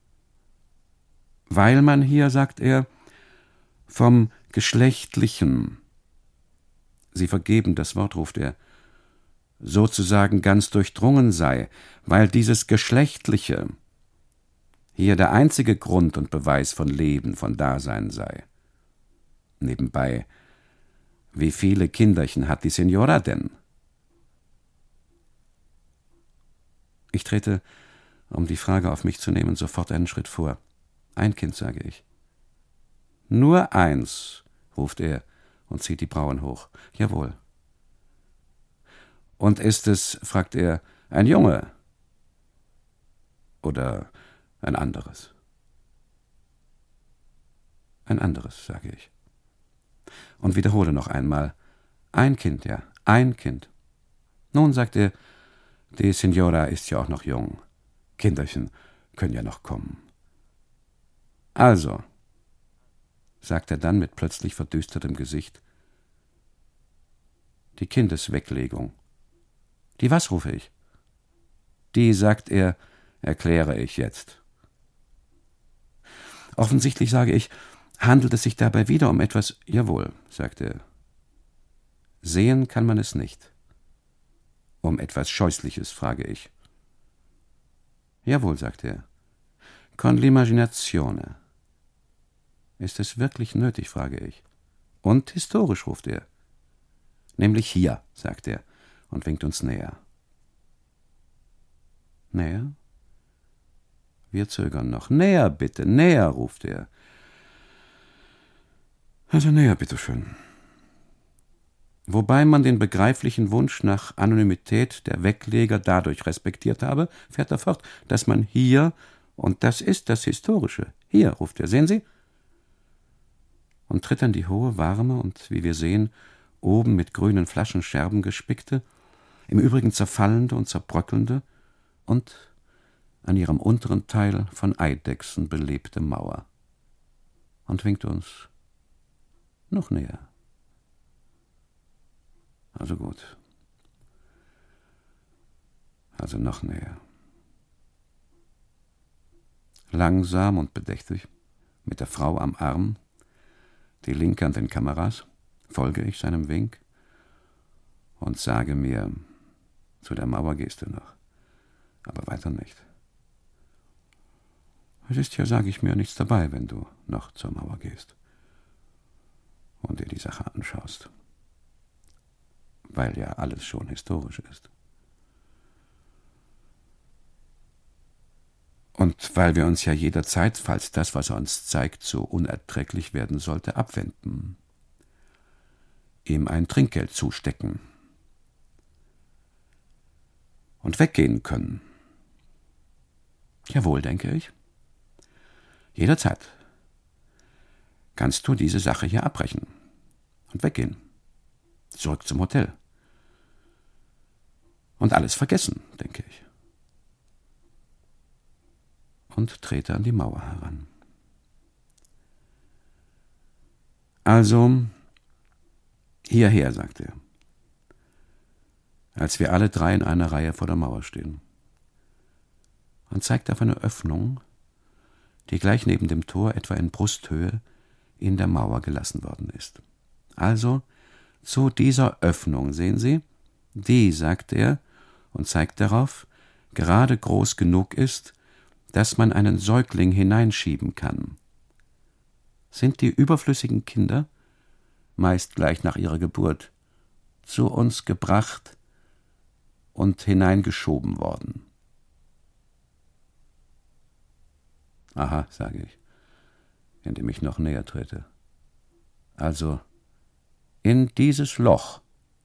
Weil man hier, sagt er, vom Geschlechtlichen, Sie vergeben das Wort, ruft er, sozusagen ganz durchdrungen sei, weil dieses Geschlechtliche hier der einzige Grund und Beweis von Leben, von Dasein sei. Nebenbei, wie viele Kinderchen hat die Signora denn? Ich trete, um die Frage auf mich zu nehmen, sofort einen Schritt vor. Ein Kind, sage ich. Nur eins, ruft er und zieht die Brauen hoch. Jawohl. Und ist es, fragt er, ein Junge oder ein anderes? Ein anderes, sage ich. Und wiederhole noch einmal, ein Kind, ja, ein Kind. Nun, sagt er, die Signora ist ja auch noch jung. Kinderchen können ja noch kommen. Also, sagt er dann mit plötzlich verdüstertem Gesicht, die Kindesweglegung. Die was, rufe ich? Die, sagt er, erkläre ich jetzt. Offensichtlich, sage ich, handelt es sich dabei wieder um etwas, jawohl, sagt er. Sehen kann man es nicht. Um etwas Scheußliches, frage ich. Jawohl, sagt er. Con l'immaginazione. Ist es wirklich nötig, frage ich. Und historisch, ruft er. Nämlich hier, sagt er und winkt uns näher. Näher? Wir zögern noch. Näher, bitte, näher, ruft er. Also näher, bitteschön. Wobei man den begreiflichen Wunsch nach Anonymität der Wegleger dadurch respektiert habe, fährt er fort, dass man hier, und das ist das Historische, hier, ruft er, sehen Sie? Und tritt an die hohe, warme und, wie wir sehen, oben mit grünen Flaschenscherben gespickte, im Übrigen zerfallende und zerbröckelnde und an ihrem unteren Teil von Eidechsen belebte Mauer und winkt uns noch näher. Also gut. Also noch näher. Langsam und bedächtig, mit der Frau am Arm, die Linke an den Kameras, folge ich seinem Wink und sage mir, zu der Mauer gehst du noch, aber weiter nicht. Es ist ja, sage ich mir, nichts dabei, wenn du noch zur Mauer gehst und dir die Sache anschaust, weil ja alles schon historisch ist. Und weil wir uns ja jederzeit, falls das, was er uns zeigt, so unerträglich werden sollte, abwenden, ihm ein Trinkgeld zustecken und weggehen können. Jawohl, denke ich. Jederzeit kannst du diese Sache hier abbrechen und weggehen. Zurück zum Hotel. Und alles vergessen, denke ich. Und trete an die Mauer heran. Also, hierher, sagt er, als wir alle drei in einer Reihe vor der Mauer stehen, und zeigt auf eine Öffnung, die gleich neben dem Tor etwa in Brusthöhe in der Mauer gelassen worden ist. Also zu dieser Öffnung, sehen Sie, die, sagt er und zeigt darauf, gerade groß genug ist, dass man einen Säugling hineinschieben kann. Sind die überflüssigen Kinder, meist gleich nach ihrer Geburt, zu uns gebracht und hineingeschoben worden. Aha, sage ich, indem ich noch näher trete. Also in dieses Loch.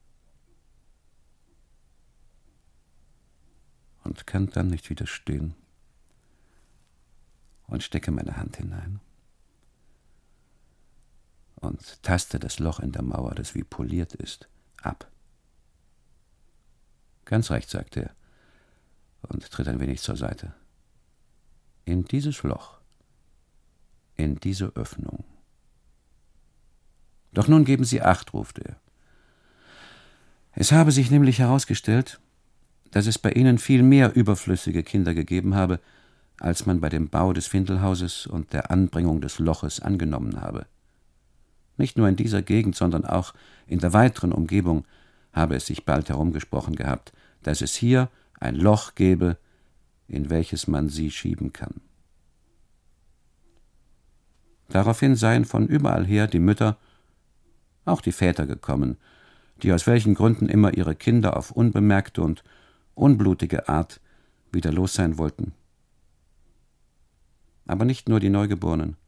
Und kann dann nicht widerstehen und stecke meine Hand hinein und taste das Loch in der Mauer, das wie poliert ist, ab. Ganz recht, sagt er und tritt ein wenig zur Seite. In dieses Loch, in diese Öffnung. Doch nun geben Sie Acht, ruft er. Es habe sich nämlich herausgestellt, dass es bei Ihnen viel mehr überflüssige Kinder gegeben habe, als man bei dem Bau des Findelhauses und der Anbringung des Loches angenommen habe. Nicht nur in dieser Gegend, sondern auch in der weiteren Umgebung habe es sich bald herumgesprochen gehabt, dass es hier ein Loch gebe, in welches man sie schieben kann. Daraufhin seien von überall her die Mütter, auch die Väter gekommen, die aus welchen Gründen immer ihre Kinder auf unbemerkte und unblutige Art wieder los sein wollten. Aber nicht nur die Neugeborenen,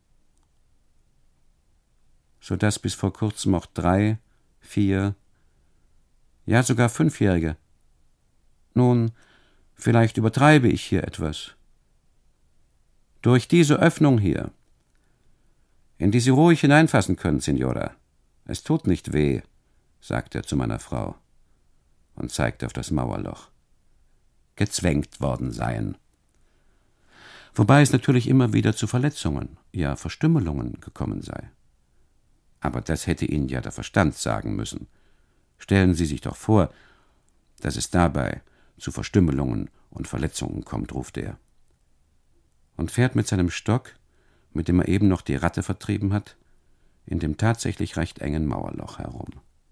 so dass bis vor kurzem auch drei, vier, ja sogar Fünfjährige. Nun, vielleicht übertreibe ich hier etwas. Durch diese Öffnung hier, in die Sie ruhig hineinfassen können, Signora. Es tut nicht weh, sagt er zu meiner Frau und zeigt auf das Mauerloch. Gezwängt worden seien. Wobei es natürlich immer wieder zu Verletzungen, ja Verstümmelungen gekommen sei. Aber das hätte Ihnen ja der Verstand sagen müssen. Stellen Sie sich doch vor, dass es dabei zu Verstümmelungen und Verletzungen kommt, ruft er. Und fährt mit seinem Stock, mit dem er eben noch die Ratte vertrieben hat, in dem tatsächlich recht engen Mauerloch herum.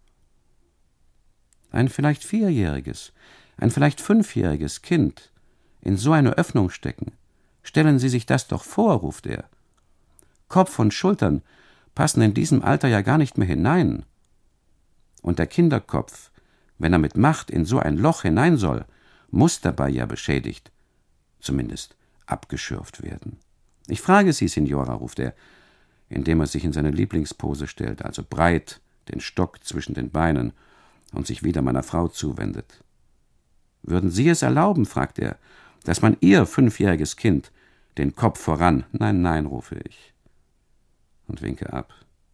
Ein vielleicht vierjähriges, ein vielleicht fünfjähriges Kind in so eine Öffnung stecken, stellen Sie sich das doch vor, ruft er. Kopf und Schultern passen in diesem Alter ja gar nicht mehr hinein. Und der Kinderkopf, wenn er mit Macht in so ein Loch hinein soll, muss dabei ja beschädigt, zumindest abgeschürft werden. Ich frage Sie, Signora, ruft er, indem er sich in seine Lieblingspose stellt, also breit, den Stock zwischen den Beinen und sich wieder meiner Frau zuwendet. Würden Sie es erlauben, fragt er, dass man Ihr fünfjähriges Kind den Kopf voran, nein, nein, rufe ich und winke ab.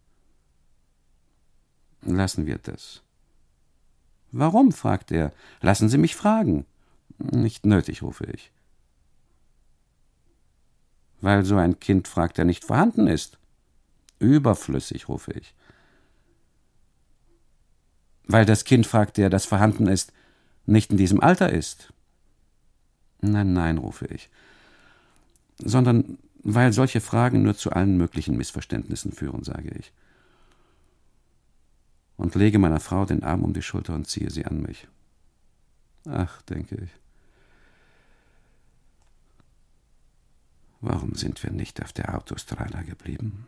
Lassen wir das. Warum, fragt er, lassen Sie mich fragen. Nicht nötig, rufe ich. Weil so ein Kind, fragt er, nicht vorhanden ist. Überflüssig, rufe ich. Weil das Kind, fragt er, das vorhanden ist, nicht in diesem Alter ist. Nein, nein, rufe ich. Sondern weil solche Fragen nur zu allen möglichen Missverständnissen führen, sage ich. Und lege meiner Frau den Arm um die Schulter und ziehe sie an mich. Ach, denke ich. Warum sind wir nicht auf der Autostrada geblieben?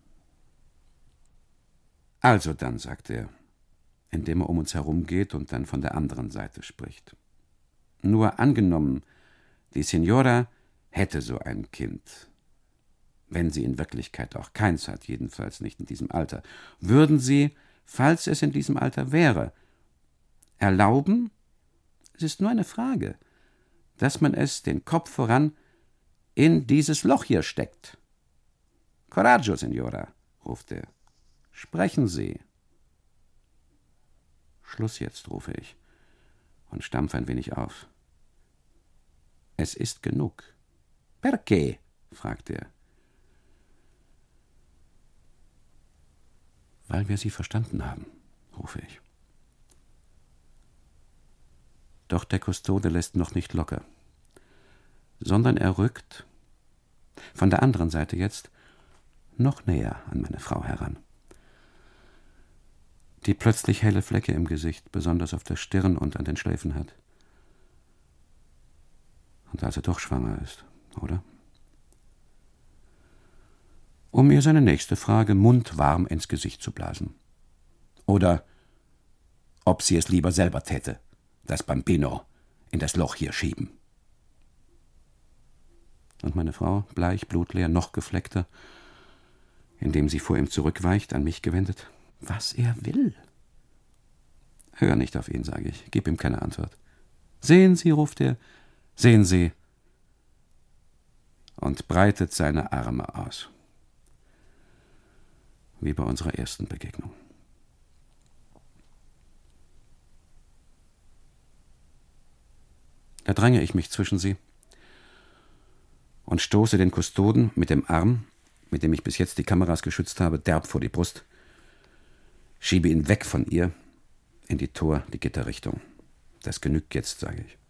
Also dann, sagt er, indem er um uns herum geht und dann von der anderen Seite spricht. Nur angenommen, die Signora hätte so ein Kind, wenn sie in Wirklichkeit auch keins hat, jedenfalls nicht in diesem Alter, würden Sie, falls es in diesem Alter wäre, erlauben, es ist nur eine Frage, dass man es den Kopf voran in dieses Loch hier steckt. Coraggio, Signora, ruft er. Sprechen Sie. Schluss jetzt, rufe ich und stampfe ein wenig auf. Es ist genug. Perché? fragt er. Weil wir Sie verstanden haben, rufe ich. Doch der Kustode lässt noch nicht locker, sondern er rückt, von der anderen Seite jetzt, noch näher an meine Frau heran. Die plötzlich helle Flecke im Gesicht, besonders auf der Stirn und an den Schläfen hat. Und also doch schwanger ist, oder? Um ihr seine nächste Frage mundwarm ins Gesicht zu blasen. Oder ob sie es lieber selber täte, das Bambino in das Loch hier schieben. Und meine Frau, bleich, blutleer, noch gefleckter, indem sie vor ihm zurückweicht, an mich gewendet. Was er will. Hör nicht auf ihn, sage ich, gib ihm keine Antwort. Sehen Sie, ruft er, sehen Sie, und breitet seine Arme aus. Wie bei unserer ersten Begegnung. Da dränge ich mich zwischen sie und stoße den Kustoden mit dem Arm, mit dem ich bis jetzt die Kameras geschützt habe, derb vor die Brust, schiebe ihn weg von ihr in die Tor, die Gitterrichtung. Das genügt jetzt, sage ich.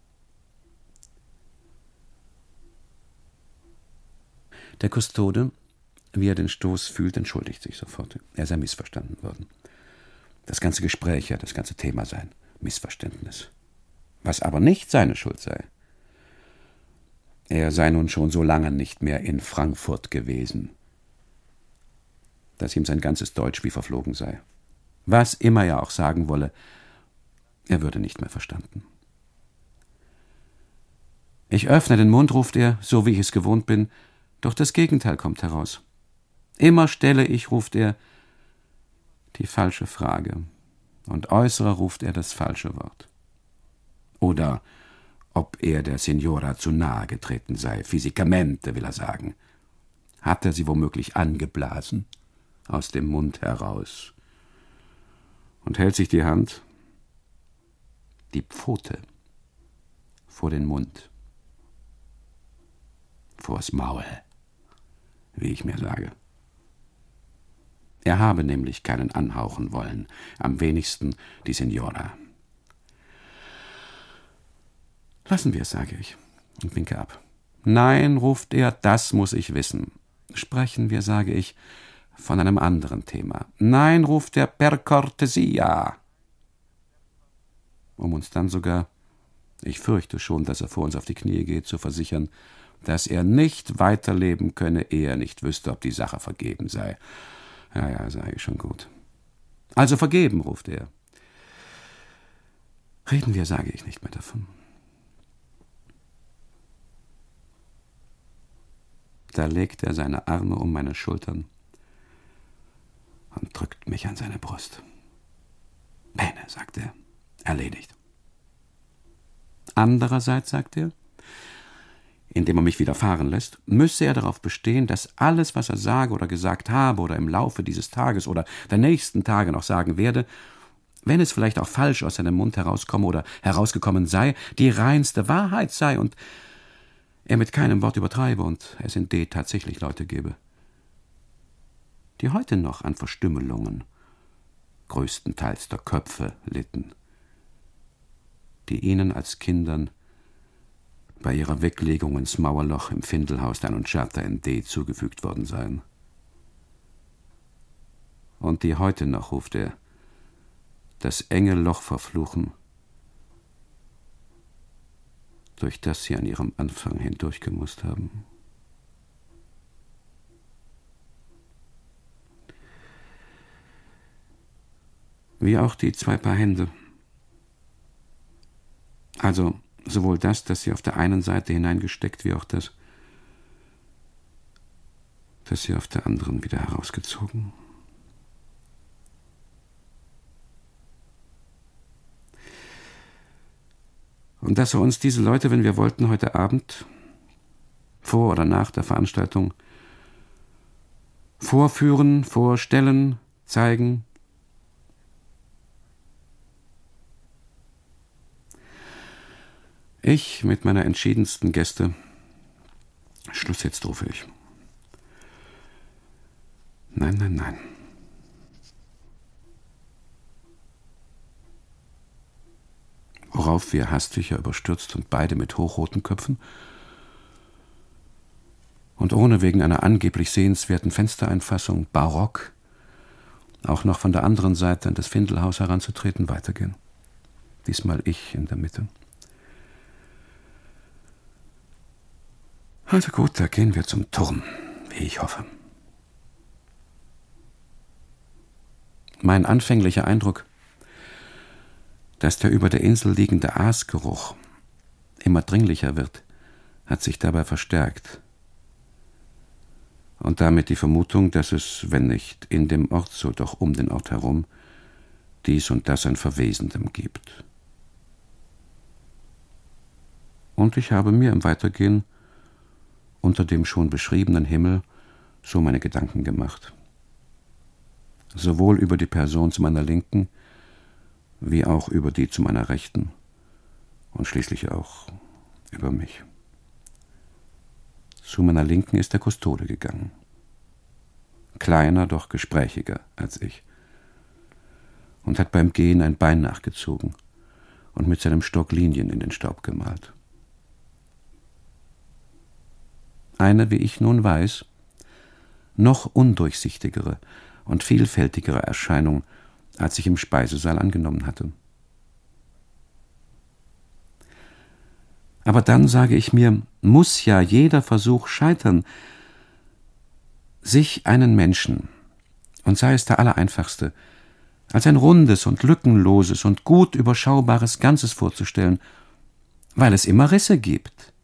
Der Kustode, wie er den Stoß fühlt, entschuldigt sich sofort. Er sei missverstanden worden. Das ganze Gespräch, ja, das ganze Thema sei ein Missverständnis. Was aber nicht seine Schuld sei. Er sei nun schon so lange nicht mehr in Frankfurt gewesen, dass ihm sein ganzes Deutsch wie verflogen sei. Was immer er auch sagen wolle, er würde nicht mehr verstanden. Ich öffne den Mund, ruft er, so wie ich es gewohnt bin, doch das Gegenteil kommt heraus. Immer stelle ich, ruft er, die falsche Frage, und äußere ruft er das falsche Wort. Oder ob er der Signora zu nahe getreten sei, physicamente, will er sagen. Hat er sie womöglich angeblasen, aus dem Mund heraus, und hält sich die Hand, die Pfote, vor den Mund, vors Maul, wie ich mir sage. Er habe nämlich keinen anhauchen wollen, am wenigsten die Signora. Lassen wir es, sage ich, und winke ab. Nein, ruft er, das muss ich wissen. Sprechen wir, sage ich, von einem anderen Thema. Nein, ruft er, per cortesia. Um uns dann sogar, ich fürchte schon, dass er vor uns auf die Knie geht, zu versichern, dass er nicht weiterleben könne, ehe er nicht wüsste, ob die Sache vergeben sei. Ja, ja, sage ich schon gut. Also vergeben, ruft er. Reden wir, sage ich, nicht mehr davon. Da legt er seine Arme um meine Schultern und drückt mich an seine Brust. Bene, sagt er, erledigt. Andererseits, sagt er, indem er mich wieder fahren lässt, müsse er darauf bestehen, dass alles, was er sage oder gesagt habe oder im Laufe dieses Tages oder der nächsten Tage noch sagen werde, wenn es vielleicht auch falsch aus seinem Mund herauskomme oder herausgekommen sei, die reinste Wahrheit sei und er mit keinem Wort übertreibe und es in D tatsächlich Leute gebe, die heute noch an Verstümmelungen, größtenteils der Köpfe, litten, die ihnen als Kindern bei ihrer Weglegung ins Mauerloch im Findelhaus d'Annunziata in D zugefügt worden seien. Und die heute noch, ruft er, das enge Loch verfluchen, durch das sie an ihrem Anfang hindurchgemusst haben. Wie auch die zwei Paar Hände. Also sowohl das, das sie auf der einen Seite hineingesteckt, wie auch das, das sie auf der anderen wieder herausgezogen. Und dass er uns diese Leute, wenn wir wollten, heute Abend, vor oder nach der Veranstaltung, vorführen, vorstellen, zeigen. Ich mit meiner entschiedensten Geste. Schluss jetzt, rufe ich. Nein, nein, nein. Worauf wir hastig, ja überstürzt und beide mit hochroten Köpfen und ohne wegen einer angeblich sehenswerten Fenstereinfassung barock auch noch von der anderen Seite an das Findelhaus heranzutreten, weitergehen. Diesmal ich in der Mitte. Also gut, da gehen wir zum Turm, wie ich hoffe. Mein anfänglicher Eindruck, dass der über der Insel liegende Aasgeruch immer dringlicher wird, hat sich dabei verstärkt. Und damit die Vermutung, dass es, wenn nicht in dem Ort, so doch um den Ort herum, dies und das an Verwesendem gibt. Und ich habe mir im Weitergehen unter dem schon beschriebenen Himmel so meine Gedanken gemacht. Sowohl über die Person zu meiner Linken, wie auch über die zu meiner Rechten und schließlich auch über mich. Zu meiner Linken ist der Kustode gegangen. Kleiner, doch gesprächiger als ich. Und hat beim Gehen ein Bein nachgezogen und mit seinem Stock Linien in den Staub gemalt. Eine, wie ich nun weiß, noch undurchsichtigere und vielfältigere Erscheinung, als ich im Speisesaal angenommen hatte. Aber dann, sage ich mir, muss ja jeder Versuch scheitern, sich einen Menschen, und sei es der allereinfachste, als ein rundes und lückenloses und gut überschaubares Ganzes vorzustellen, weil es immer Risse gibt.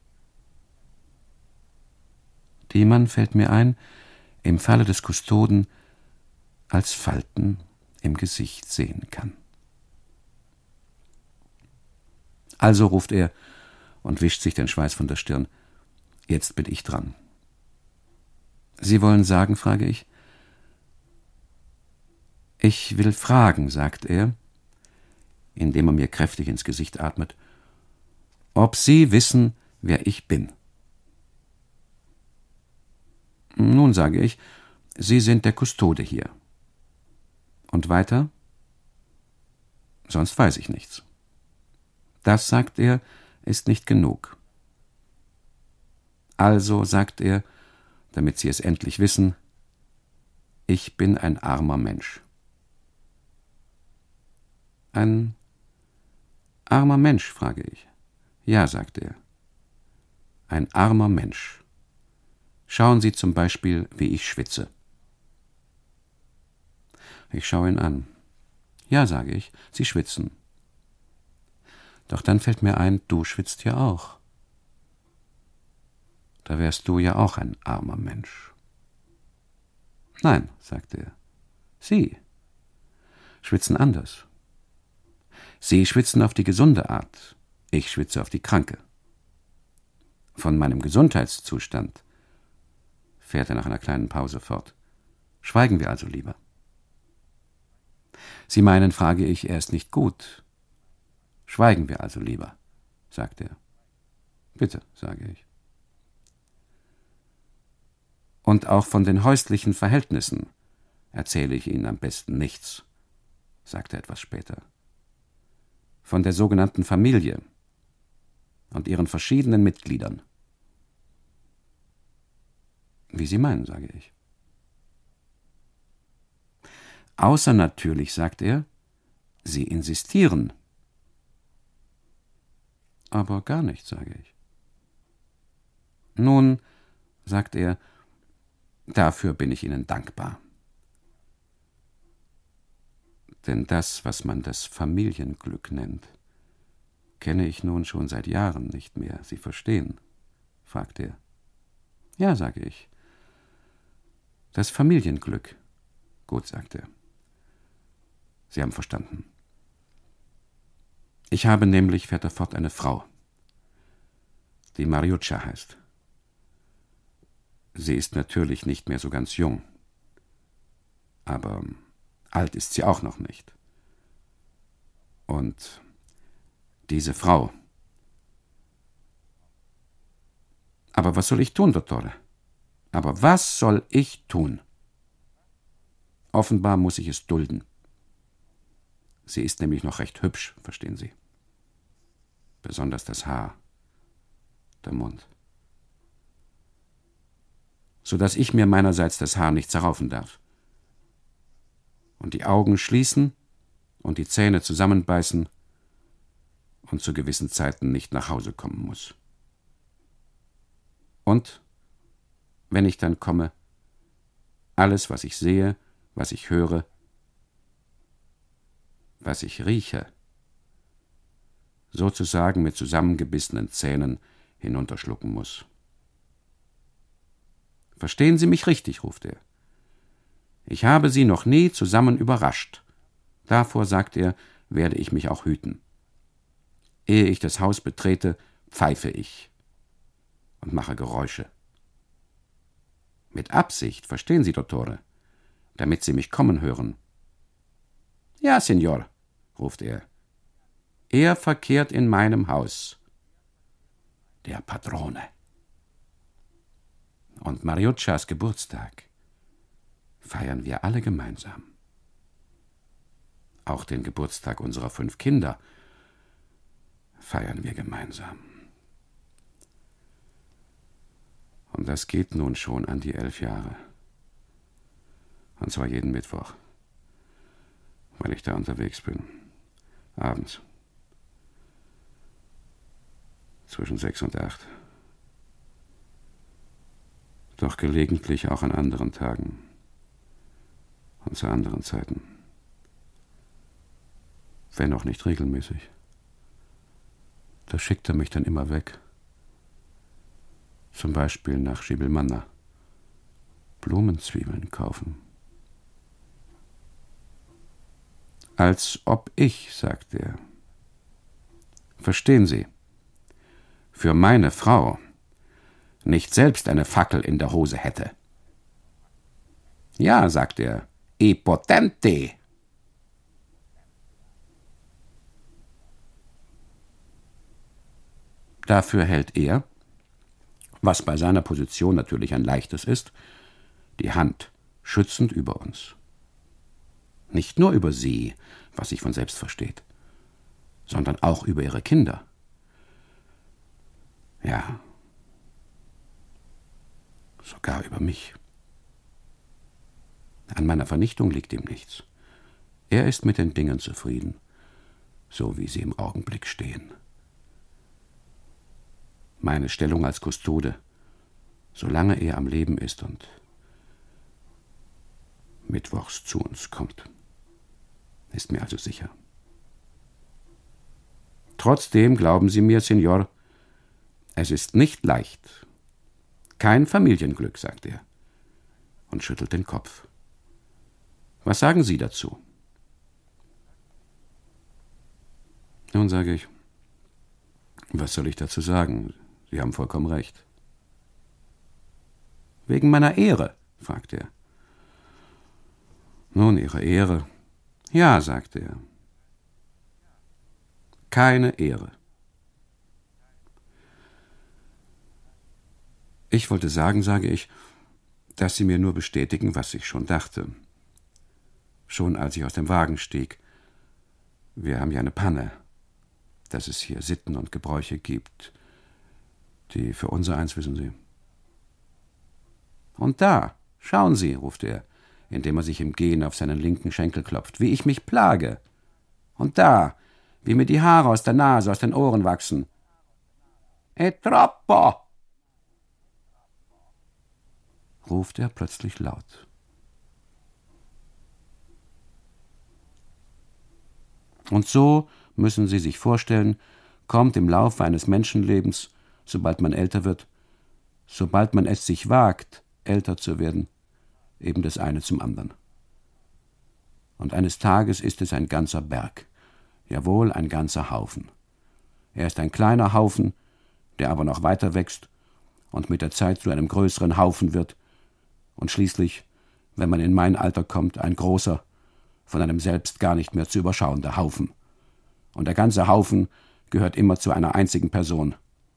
Die man, fällt mir ein, im Falle des Kustoden als Falten im Gesicht sehen kann. Also ruft er und wischt sich den Schweiß von der Stirn. Jetzt bin ich dran. Sie wollen sagen, frage ich. Ich will fragen, sagt er, indem er mir kräftig ins Gesicht atmet, ob Sie wissen, wer ich bin. Nun, sage ich, Sie sind der Kustode hier. Und weiter? Sonst weiß ich nichts. Das, sagt er, ist nicht genug. Also, sagt er, damit Sie es endlich wissen, ich bin ein armer Mensch. Ein armer Mensch, frage ich. Ja, sagt er. Ein armer Mensch. Schauen Sie zum Beispiel, wie ich schwitze. Ich schaue ihn an. Ja, sage ich, Sie schwitzen. Doch dann fällt mir ein, du schwitzt ja auch. Da wärst du ja auch ein armer Mensch. Nein, sagt er. Sie schwitzen anders. Sie schwitzen auf die gesunde Art, ich schwitze auf die kranke. Von meinem Gesundheitszustand, fährt er nach einer kleinen Pause fort, schweigen wir also lieber. Sie meinen, frage ich, er ist nicht gut. Schweigen wir also lieber, sagt er. Bitte, sage ich. Und auch von den häuslichen Verhältnissen erzähle ich Ihnen am besten nichts, sagt er etwas später. Von der sogenannten Familie und ihren verschiedenen Mitgliedern. Wie Sie meinen, sage ich. Außer natürlich, sagt er, Sie insistieren. Aber gar nicht, sage ich. Nun, sagt er, dafür bin ich Ihnen dankbar. Denn das, was man das Familienglück nennt, kenne ich nun schon seit Jahren nicht mehr. Sie verstehen? Fragt er. Ja, sage ich. Das Familienglück. Gut, sagt er. Sie haben verstanden. Ich habe nämlich, fährt er fort, eine Frau, die Mariuccia heißt. Sie ist natürlich nicht mehr so ganz jung, aber alt ist sie auch noch nicht. Und diese Frau. Aber was soll ich tun, Dottore? Aber was soll ich tun? Offenbar muss ich es dulden. Sie ist nämlich noch recht hübsch, verstehen Sie. Besonders das Haar, der Mund. so dass ich mir meinerseits das Haar nicht zerraufen darf. Und die Augen schließen und die Zähne zusammenbeißen und zu gewissen Zeiten nicht nach Hause kommen muss. Und, wenn ich dann komme, alles, was ich sehe, was ich höre, was ich rieche, sozusagen mit zusammengebissenen Zähnen hinunterschlucken muss. »Verstehen Sie mich richtig«, ruft er. »Ich habe Sie noch nie zusammen überrascht. Davor«, sagt er, »werde ich mich auch hüten. Ehe ich das Haus betrete, pfeife ich und mache Geräusche. Mit Absicht, verstehen Sie, Dottore, damit Sie mich kommen hören.« »Ja, Signor«, ruft er. »Er verkehrt in meinem Haus. Der Padrone.« Und Mariuccias Geburtstag feiern wir alle gemeinsam. Auch den Geburtstag unserer fünf Kinder feiern wir gemeinsam. Und das geht nun schon an die elf Jahre. Und zwar jeden Mittwoch, weil ich da unterwegs bin, abends, zwischen sechs und acht. Doch gelegentlich auch an anderen Tagen und zu anderen Zeiten. Wenn auch nicht regelmäßig. Da schickt er mich dann immer weg. Zum Beispiel nach Schiebelmanna. Blumenzwiebeln kaufen. Als ob ich, sagt er. Verstehen Sie, für meine Frau nicht selbst eine Fackel in der Hose hätte. Ja, sagt er, e potente. Dafür hält er, was bei seiner Position natürlich ein leichtes ist, die Hand schützend über uns. Nicht nur über sie, was sich von selbst versteht, sondern auch über ihre Kinder. Ja, sogar über mich. An meiner Vernichtung liegt ihm nichts. Er ist mit den Dingen zufrieden, so wie sie im Augenblick stehen. Meine Stellung als Kustode, solange er am Leben ist und mittwochs zu uns kommt, ist mir also sicher. Trotzdem glauben Sie mir, Signor, es ist nicht leicht. Kein Familienglück, sagt er und schüttelt den Kopf. Was sagen Sie dazu? Nun, sage ich, was soll ich dazu sagen? Sie haben vollkommen recht. Wegen meiner Ehre, fragt er. Nun, Ihre Ehre. Ja, sagt er. Keine Ehre. Ich wollte sagen, sage ich, dass Sie mir nur bestätigen, was ich schon dachte. Schon als ich aus dem Wagen stieg. Wir haben ja eine Panne, dass es hier Sitten und Gebräuche gibt, die für unser eins, wissen Sie. Und da, schauen Sie, ruft er, indem er sich im Gehen auf seinen linken Schenkel klopft, wie ich mich plage. Und da, wie mir die Haare aus der Nase, aus den Ohren wachsen. E troppo! Ruft er plötzlich laut. Und so, müssen Sie sich vorstellen, kommt im Laufe eines Menschenlebens, sobald man älter wird, sobald man es sich wagt, älter zu werden, eben das eine zum anderen. Und eines Tages ist es ein ganzer Berg, jawohl, ein ganzer Haufen. Er ist ein kleiner Haufen, der aber noch weiter wächst und mit der Zeit zu einem größeren Haufen wird und schließlich, wenn man in mein Alter kommt, ein großer, von einem selbst gar nicht mehr zu überschauender Haufen. Und der ganze Haufen gehört immer zu einer einzigen Person.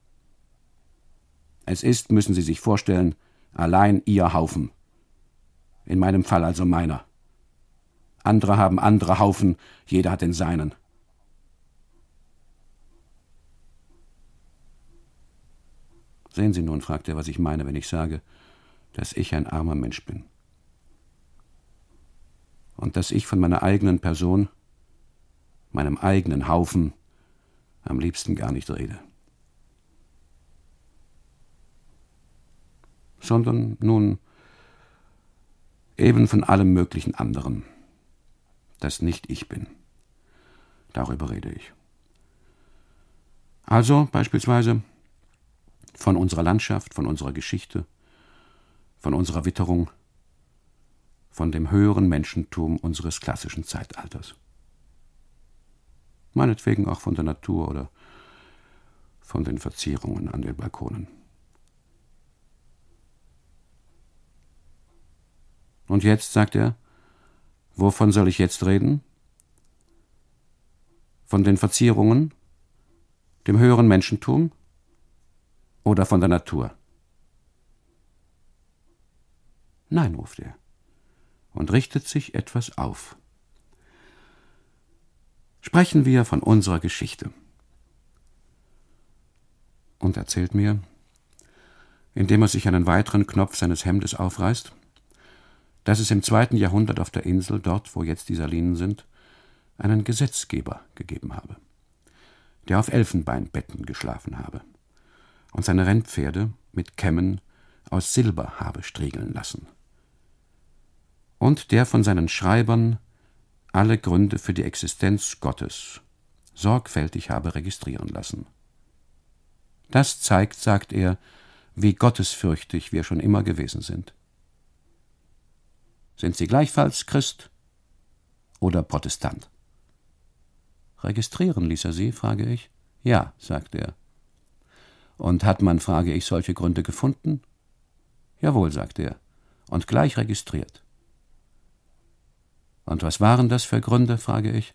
Es ist, müssen Sie sich vorstellen, allein Ihr Haufen. In meinem Fall also meiner. Andere haben andere Haufen, jeder hat den seinen. Sehen Sie nun, fragt er, was ich meine, wenn ich sage, dass ich ein armer Mensch bin. Und dass ich von meiner eigenen Person, meinem eigenen Haufen, am liebsten gar nicht rede. Sondern nun eben von allem möglichen anderen, das nicht ich bin. Darüber rede ich. Also beispielsweise von unserer Landschaft, von unserer Geschichte, von unserer Witterung, von dem höheren Menschentum unseres klassischen Zeitalters. Meinetwegen auch von der Natur oder von den Verzierungen an den Balkonen. Und jetzt, sagt er, wovon soll ich jetzt reden? Von den Verzierungen, dem höheren Menschentum oder von der Natur? Nein, ruft er und richtet sich etwas auf. Sprechen wir von unserer Geschichte. Und erzählt mir, indem er sich einen weiteren Knopf seines Hemdes aufreißt, dass es im zweiten Jahrhundert auf der Insel, dort wo jetzt die Salinen sind, einen Gesetzgeber gegeben habe, der auf Elfenbeinbetten geschlafen habe und seine Rennpferde mit Kämmen aus Silber habe striegeln lassen, und der von seinen Schreibern alle Gründe für die Existenz Gottes sorgfältig habe registrieren lassen. Das zeigt, sagt er, wie gottesfürchtig wir schon immer gewesen sind. Sind Sie gleichfalls Christ oder Protestant? Registrieren ließ er sie, frage ich. Ja, sagt er. Und hat man, frage ich, solche Gründe gefunden? Jawohl, sagt er, und gleich registriert. Und was waren das für Gründe, frage ich?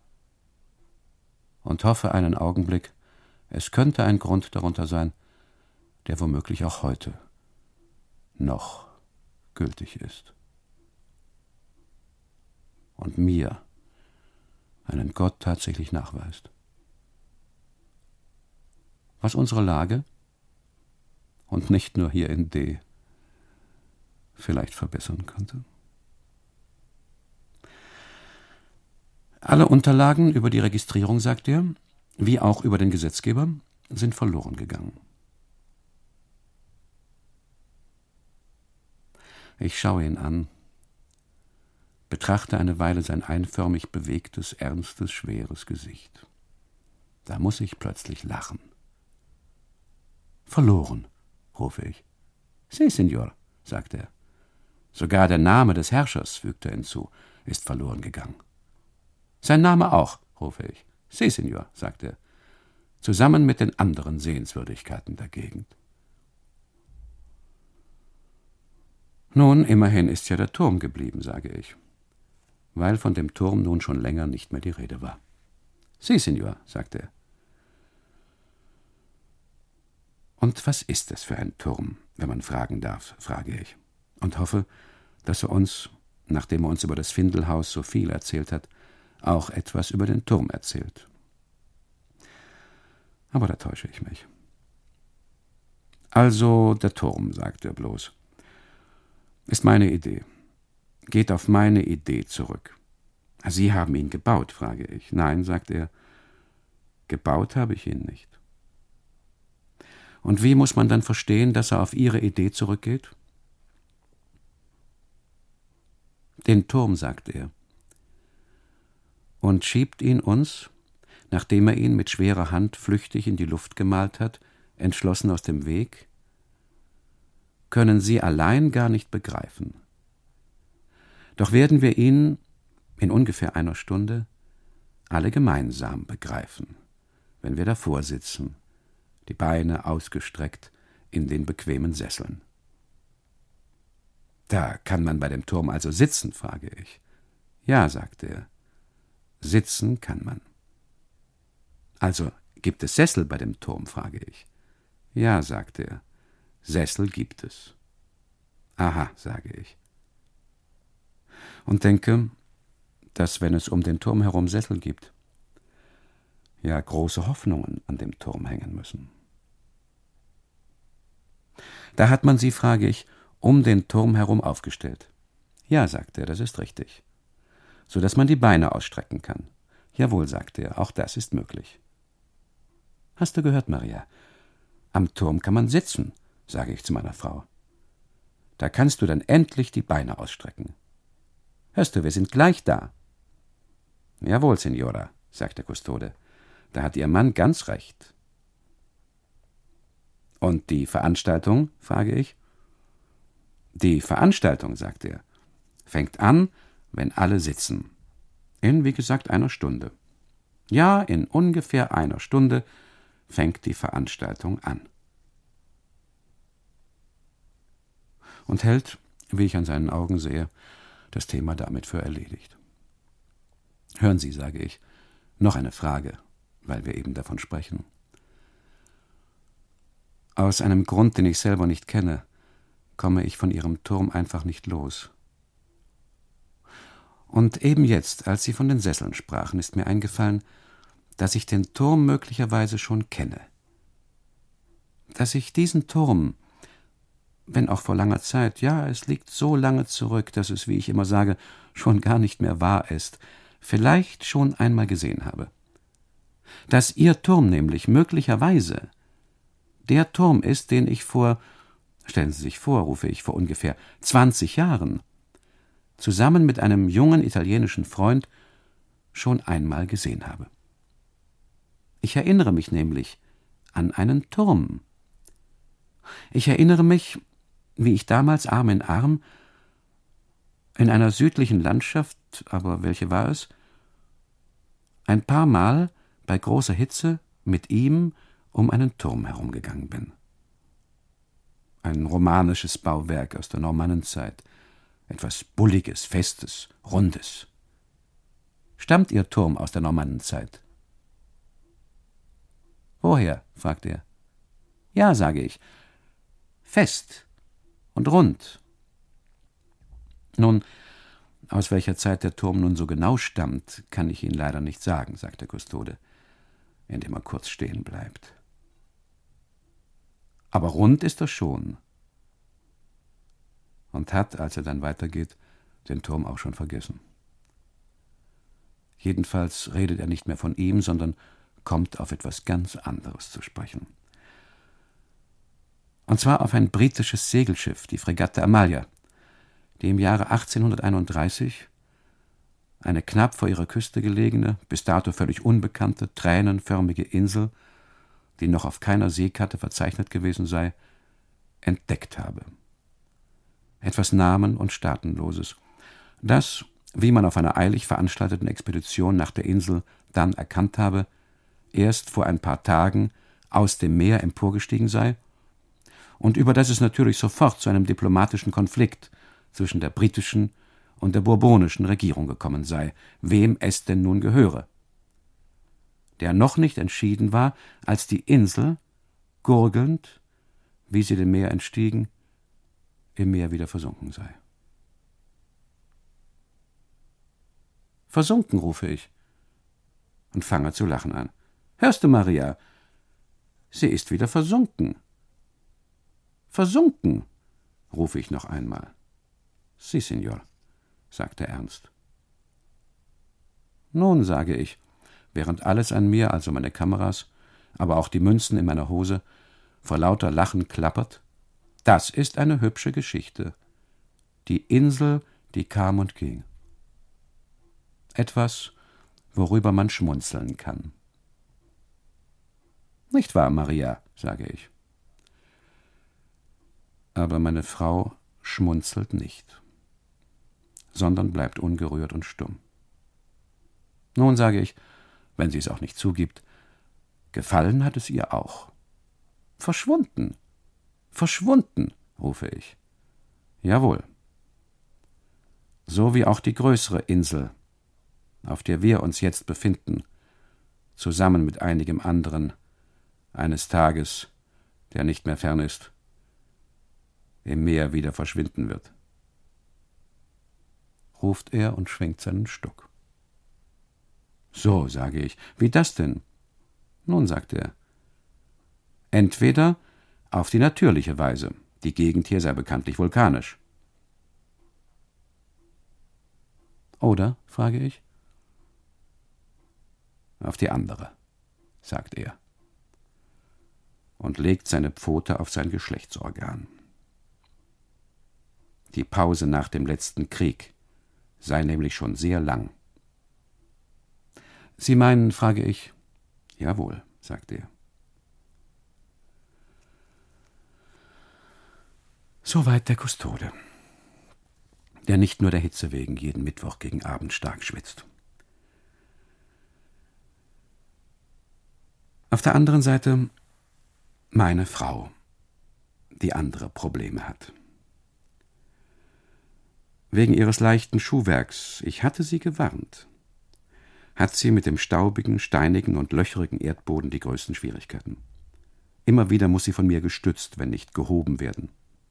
Und hoffe einen Augenblick, es könnte ein Grund darunter sein, der womöglich auch heute noch gültig ist. Und mir einen Gott tatsächlich nachweist. Was unsere Lage, und nicht nur hier in D, vielleicht verbessern könnte. Alle Unterlagen über die Registrierung, sagt er, wie auch über den Gesetzgeber, sind verloren gegangen. Ich schaue ihn an, betrachte eine Weile sein einförmig bewegtes, ernstes, schweres Gesicht. Da muss ich plötzlich lachen. Verloren, rufe ich. Si, Signor, sagt er. Sogar der Name des Herrschers, fügt er hinzu, ist verloren gegangen. Sein Name auch, rufe ich. Si, Signor, sagt er, zusammen mit den anderen Sehenswürdigkeiten der Gegend. Nun, immerhin ist ja der Turm geblieben, sage ich, weil von dem Turm nun schon länger nicht mehr die Rede war. Si, Signor, sagt er. Und was ist es für ein Turm, wenn man fragen darf, frage ich, und hoffe, dass er uns, nachdem er uns über das Findelhaus so viel erzählt hat, auch etwas über den Turm erzählt. Aber da täusche ich mich. Also der Turm, sagt er bloß, ist meine Idee, geht auf meine Idee zurück. Sie haben ihn gebaut, frage ich. Nein, sagt er, gebaut habe ich ihn nicht. Und wie muss man dann verstehen, dass er auf Ihre Idee zurückgeht? Den Turm, sagt er, und schiebt ihn uns, nachdem er ihn mit schwerer Hand flüchtig in die Luft gemalt hat, entschlossen aus dem Weg, können Sie allein gar nicht begreifen. Doch werden wir ihn in ungefähr einer Stunde alle gemeinsam begreifen, wenn wir davor sitzen, die Beine ausgestreckt in den bequemen Sesseln. Da kann man bei dem Turm also sitzen, frage ich. Ja, sagt er, sitzen kann man. Also gibt es Sessel bei dem Turm, frage ich. Ja, sagt er, Sessel gibt es. Aha, sage ich. Und denke, dass, wenn es um den Turm herum Sessel gibt, ja große Hoffnungen an dem Turm hängen müssen. Da hat man sie, frage ich, um den Turm herum aufgestellt. Ja, sagte er, das ist richtig. So dass man die Beine ausstrecken kann. Jawohl, sagte er, auch das ist möglich. Hast du gehört, Maria? Am Turm kann man sitzen, sage ich zu meiner Frau. Da kannst du dann endlich die Beine ausstrecken. Hörst du, wir sind gleich da. Jawohl, Signora, sagt der Kustode. Da hat Ihr Mann ganz recht. Und die Veranstaltung, frage ich. Die Veranstaltung, sagt er, fängt an, wenn alle sitzen. In, wie gesagt, einer Stunde. Ja, in ungefähr einer Stunde fängt die Veranstaltung an. Und hält, wie ich an seinen Augen sehe, das Thema damit für erledigt. Hören Sie, sage ich, noch eine Frage, weil wir eben davon sprechen. Aus einem Grund, den ich selber nicht kenne, komme ich von Ihrem Turm einfach nicht los. Und eben jetzt, als Sie von den Sesseln sprachen, ist mir eingefallen, dass ich den Turm möglicherweise schon kenne. Dass ich diesen Turm, wenn auch vor langer Zeit, ja, es liegt so lange zurück, dass es, wie ich immer sage, schon gar nicht mehr wahr ist, vielleicht schon einmal gesehen habe. Dass Ihr Turm nämlich möglicherweise der Turm ist, den ich vor, stellen Sie sich vor, rufe ich, vor ungefähr zwanzig Jahren, zusammen mit einem jungen italienischen Freund schon einmal gesehen habe. Ich erinnere mich nämlich an einen Turm. Ich erinnere mich, wie ich damals Arm in Arm in einer südlichen Landschaft, aber welche war es, ein paar Mal bei großer Hitze mit ihm um einen Turm herumgegangen bin. Ein romanisches Bauwerk aus der Normannenzeit, etwas Bulliges, Festes, Rundes. Stammt Ihr Turm aus der Normannenzeit? Woher? Fragt er. Ja, sage ich. Fest und rund. Nun, aus welcher Zeit der Turm nun so genau stammt, kann ich Ihnen leider nicht sagen, sagt der Kustode, indem er kurz stehen bleibt. Aber rund ist er schon. Und hat, als er dann weitergeht, den Turm auch schon vergessen. Jedenfalls redet er nicht mehr von ihm, sondern kommt auf etwas ganz anderes zu sprechen. Und zwar auf ein britisches Segelschiff, die Fregatte Amalia, die im Jahre achtzehnhunderteinunddreißig eine knapp vor ihrer Küste gelegene, bis dato völlig unbekannte, tränenförmige Insel, die noch auf keiner Seekarte verzeichnet gewesen sei, entdeckt habe. Etwas Namen- und Staatenloses, das, wie man auf einer eilig veranstalteten Expedition nach der Insel dann erkannt habe, erst vor ein paar Tagen aus dem Meer emporgestiegen sei und über das es natürlich sofort zu einem diplomatischen Konflikt zwischen der britischen und der bourbonischen Regierung gekommen sei, wem es denn nun gehöre, der noch nicht entschieden war, als die Insel, gurgelnd, wie sie dem Meer entstiegen, im Meer wieder versunken sei. Versunken, rufe ich und fange zu lachen an. Hörst du, Maria? Sie ist wieder versunken. Versunken, rufe ich noch einmal. Si, Signor, sagt er ernst. Nun, sage ich, während alles an mir, also meine Kameras, aber auch die Münzen in meiner Hose, vor lauter Lachen klappert, das ist eine hübsche Geschichte. Die Insel, die kam und ging. Etwas, worüber man schmunzeln kann. Nicht wahr, Maria, sage ich. Aber meine Frau schmunzelt nicht, sondern bleibt ungerührt und stumm. Nun, sage ich, wenn sie es auch nicht zugibt, gefallen hat es ihr auch. Verschwunden, verschwunden, rufe ich. Jawohl. So wie auch die größere Insel, auf der wir uns jetzt befinden, zusammen mit einigem anderen, eines Tages, der nicht mehr fern ist, im Meer wieder verschwinden wird. Ruft er und schwenkt seinen Stock. So, sage ich, wie das denn? Nun, sagt er, entweder auf die natürliche Weise, Die Gegend hier sei bekanntlich vulkanisch. Oder, frage ich. Auf die andere, sagt er und legt seine Pfote auf sein Geschlechtsorgan. Die Pause nach dem letzten Krieg sei nämlich schon sehr lang. Sie meinen, frage ich. Jawohl, sagt er. Soweit der Kustode, der nicht nur der Hitze wegen jeden Mittwoch gegen Abend stark schwitzt. Auf der anderen Seite meine Frau, die andere Probleme hat. Wegen ihres leichten Schuhwerks, ich hatte sie gewarnt, hat sie mit dem staubigen, steinigen und löcherigen Erdboden die größten Schwierigkeiten. Immer wieder muss sie von mir gestützt, wenn nicht gehoben werden.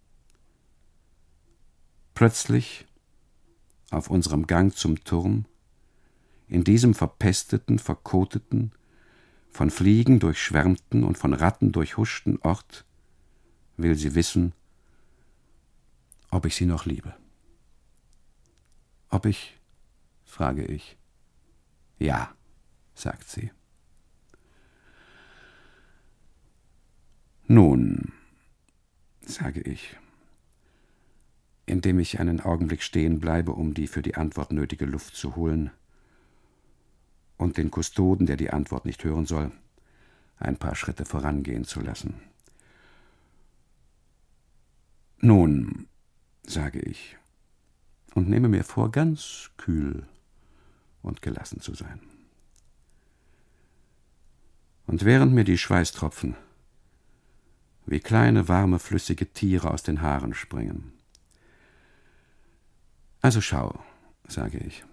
Plötzlich, auf unserem Gang zum Turm, in diesem verpesteten, verkoteten, von Fliegen durchschwärmten und von Ratten durchhuschten Ort, will sie wissen, ob ich sie noch liebe. Ob ich, frage ich. Ja, sagt sie. Nun, sage ich, indem ich einen Augenblick stehen bleibe, um die für die Antwort nötige Luft zu holen und den Kustoden, der die Antwort nicht hören soll, ein paar Schritte vorangehen zu lassen. Nun, sage ich, und nehme mir vor, ganz kühl und gelassen zu sein. Und während mir die Schweißtropfen wie kleine, warme, flüssige Tiere aus den Haaren springen. Also schau, sage ich.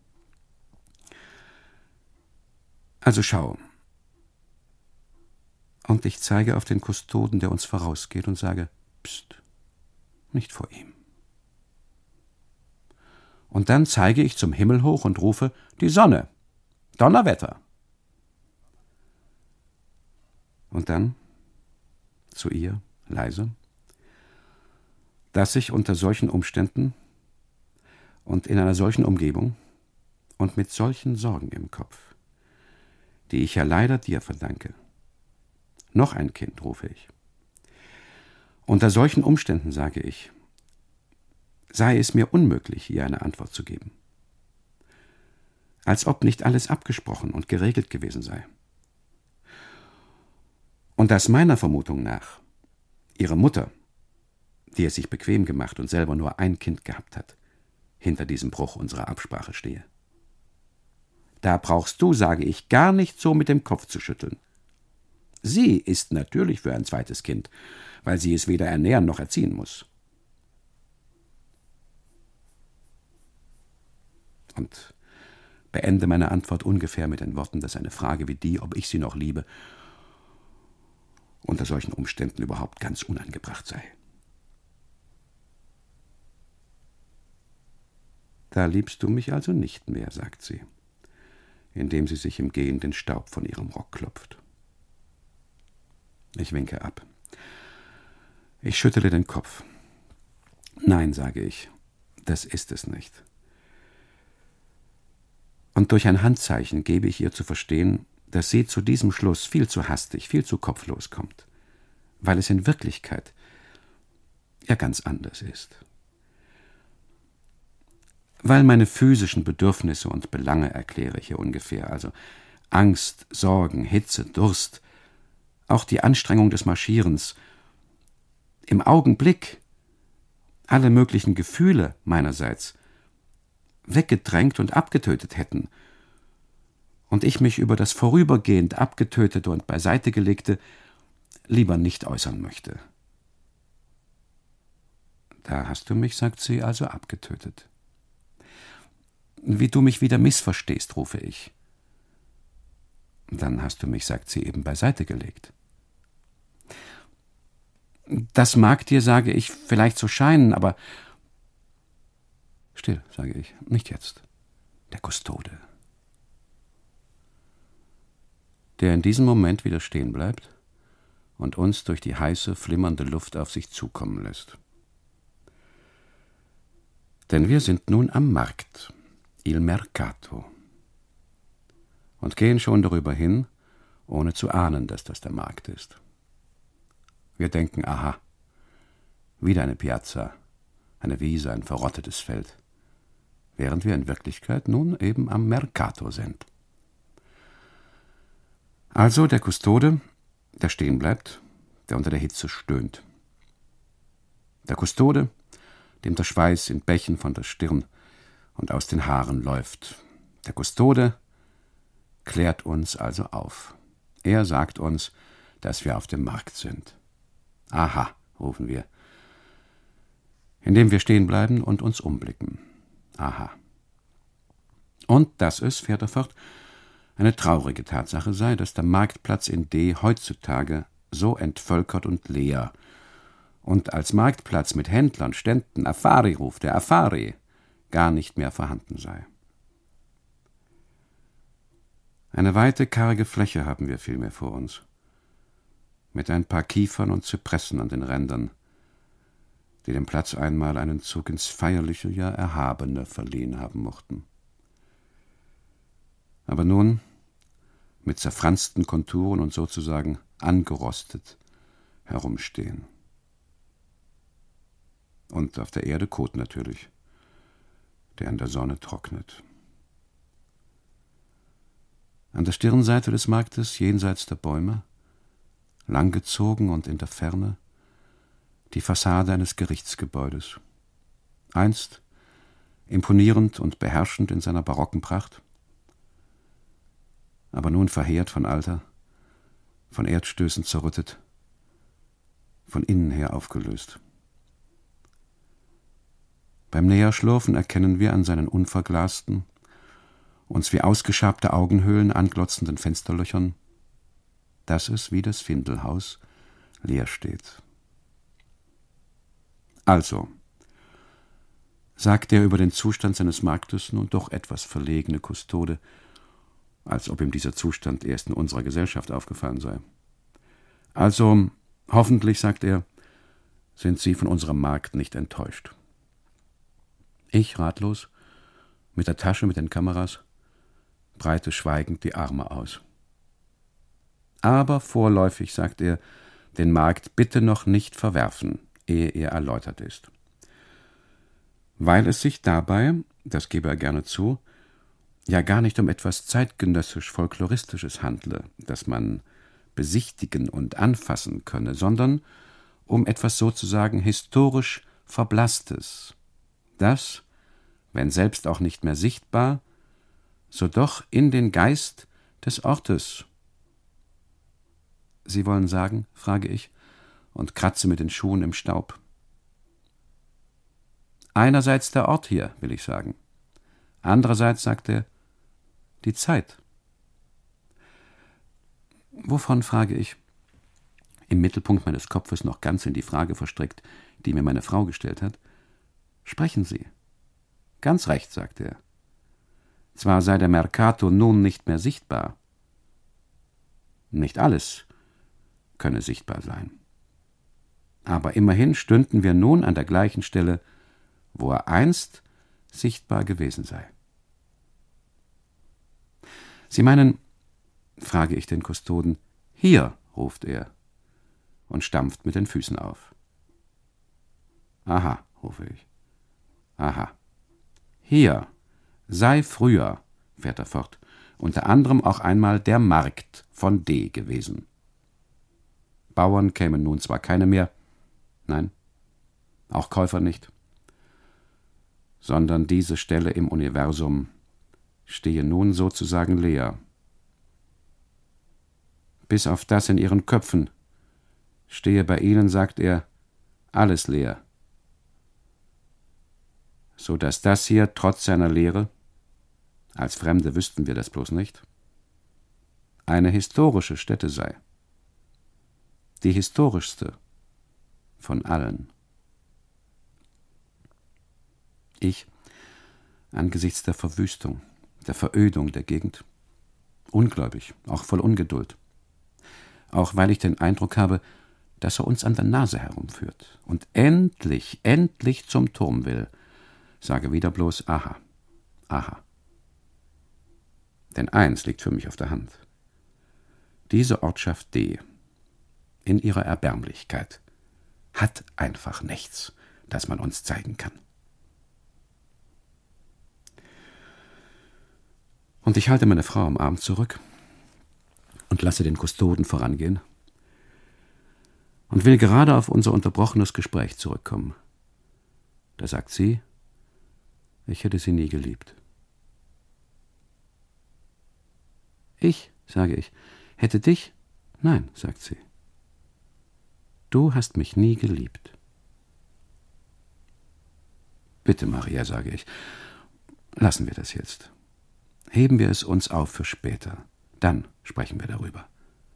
Also schau. Und ich zeige auf den Kustoden, der uns vorausgeht, und sage, Psst, nicht vor ihm. Und dann zeige ich zum Himmel hoch und rufe, die Sonne, Donnerwetter. Und dann zu ihr, leise, dass ich unter solchen Umständen und in einer solchen Umgebung und mit solchen Sorgen im Kopf, die ich ja leider dir verdanke, noch ein Kind, rufe ich. Unter solchen Umständen, sage ich, sei es mir unmöglich, ihr eine Antwort zu geben. Als ob nicht alles abgesprochen und geregelt gewesen sei. Und dass meiner Vermutung nach ihre Mutter, die es sich bequem gemacht und selber nur ein Kind gehabt hat, hinter diesem Bruch unserer Absprache stehe. Da brauchst du, sage ich, gar nicht so mit dem Kopf zu schütteln. Sie ist natürlich für ein zweites Kind, weil sie es weder ernähren noch erziehen muss. Und beende meine Antwort ungefähr mit den Worten, dass eine Frage wie die, ob ich sie noch liebe, unter solchen Umständen überhaupt ganz unangebracht sei. Da liebst du mich also nicht mehr, sagt sie, indem sie sich im Gehen den Staub von ihrem Rock klopft. Ich winke ab. Ich schüttele den Kopf. Nein, sage ich, das ist es nicht. Und durch ein Handzeichen gebe ich ihr zu verstehen, dass sie zu diesem Schluss viel zu hastig, viel zu kopflos kommt, weil es in Wirklichkeit ja ganz anders ist. Weil meine physischen Bedürfnisse und Belange erkläre ich hier ungefähr, also Angst, Sorgen, Hitze, Durst, auch die Anstrengung des Marschierens, im Augenblick alle möglichen Gefühle meinerseits weggedrängt und abgetötet hätten und ich mich über das vorübergehend abgetötete und beiseite gelegte lieber nicht äußern möchte. Da hast du mich, sagt sie, also abgetötet. Wie du mich wieder missverstehst, rufe ich. Dann hast du mich, sagt sie, eben beiseite gelegt. Das mag dir, sage ich, vielleicht so scheinen, aber still, sage ich, nicht jetzt. Der Kustode. Der in diesem Moment wieder stehen bleibt und uns durch die heiße, flimmernde Luft auf sich zukommen lässt. Denn wir sind nun am Markt, il Mercato, und gehen schon darüber hin, ohne zu ahnen, dass das der Markt ist. Wir denken, aha, wieder eine Piazza, eine Wiese, ein verrottetes Feld, während wir in Wirklichkeit nun eben am Mercato sind. Also der Kustode, der stehen bleibt, der unter der Hitze stöhnt. Der Kustode, dem der Schweiß in Bächen von der Stirn und aus den Haaren läuft. Der Kustode klärt uns also auf. Er sagt uns, dass wir auf dem Markt sind. Aha, rufen wir, indem wir stehen bleiben und uns umblicken. Aha. Und dass es, fährt er fort, eine traurige Tatsache sei, dass der Marktplatz in D heutzutage so entvölkert und leer und als Marktplatz mit Händlern, Ständen, Affari ruft der Affari, gar nicht mehr vorhanden sei. Eine weite, karge Fläche haben wir vielmehr vor uns, mit ein paar Kiefern und Zypressen an den Rändern, die dem Platz einmal einen Zug ins Feierliche, ja Erhabene verliehen haben mochten. Aber nun, mit zerfransten Konturen und sozusagen angerostet, herumstehen. Und auf der Erde Kot natürlich, der an der Sonne trocknet. An der Stirnseite des Marktes, jenseits der Bäume, langgezogen und in der Ferne, die Fassade eines Gerichtsgebäudes. Einst imponierend und beherrschend in seiner barocken Pracht, aber nun verheert von Alter, von Erdstößen zerrüttet, von innen her aufgelöst. Beim Näherschlurfen erkennen wir an seinen unverglasten, uns wie ausgeschabte Augenhöhlen anglotzenden Fensterlöchern, dass es wie das Findelhaus leer steht. Also, sagt der über den Zustand seines Marktes nun doch etwas verlegene Kustode, als ob ihm dieser Zustand erst in unserer Gesellschaft aufgefallen sei. Also, hoffentlich, sagt er, sind Sie von unserem Markt nicht enttäuscht. Ich, ratlos, mit der Tasche, mit den Kameras, breite schweigend die Arme aus. Aber vorläufig, sagt er, den Markt bitte noch nicht verwerfen, ehe er erläutert ist. Weil es sich dabei, das gebe er gerne zu, ja gar nicht um etwas zeitgenössisch-folkloristisches handle, das man besichtigen und anfassen könne, sondern um etwas sozusagen historisch Verblasstes, das, wenn selbst auch nicht mehr sichtbar, so doch in den Geist des Ortes. Sie wollen sagen, frage ich und kratze mit den Schuhen im Staub. Einerseits der Ort hier, will ich sagen. Andererseits, sagt er, die Zeit. Wovon, frage ich, im Mittelpunkt meines Kopfes noch ganz in die Frage verstrickt, die mir meine Frau gestellt hat. Sprechen Sie. Ganz recht, sagt er. Zwar sei der Mercato nun nicht mehr sichtbar. Nicht alles könne sichtbar sein. Aber immerhin stünden wir nun an der gleichen Stelle, wo er einst sichtbar gewesen sei. Sie meinen, frage ich den Kustoden, hier, ruft er und stampft mit den Füßen auf. Aha, rufe ich. Aha. Hier sei früher, fährt er fort, unter anderem auch einmal der Markt von D gewesen. Bauern kämen nun zwar keine mehr, nein, auch Käufer nicht, sondern diese Stelle im Universum stehe nun sozusagen leer. Bis auf das in ihren Köpfen stehe bei ihnen, sagt er, alles leer, so dass das hier trotz seiner Leere, als Fremde wüssten wir das bloß nicht, eine historische Stätte sei, die historischste von allen. Ich, angesichts der Verwüstung, der Verödung der Gegend, ungläubig, auch voll Ungeduld, auch weil ich den Eindruck habe, dass er uns an der Nase herumführt und endlich, endlich zum Turm will. Sage wieder bloß aha, aha. Denn eins liegt für mich auf der Hand. Diese Ortschaft D, in ihrer Erbärmlichkeit, hat einfach nichts, das man uns zeigen kann. Und ich halte meine Frau am Arm zurück und lasse den Kustoden vorangehen und will gerade auf unser unterbrochenes Gespräch zurückkommen. Da sagt sie, ich hätte sie nie geliebt. Ich, sage ich, hätte dich? Nein, sagt sie. Du hast mich nie geliebt. Bitte, Maria, sage ich, lassen wir das jetzt. Heben wir es uns auf für später. Dann sprechen wir darüber.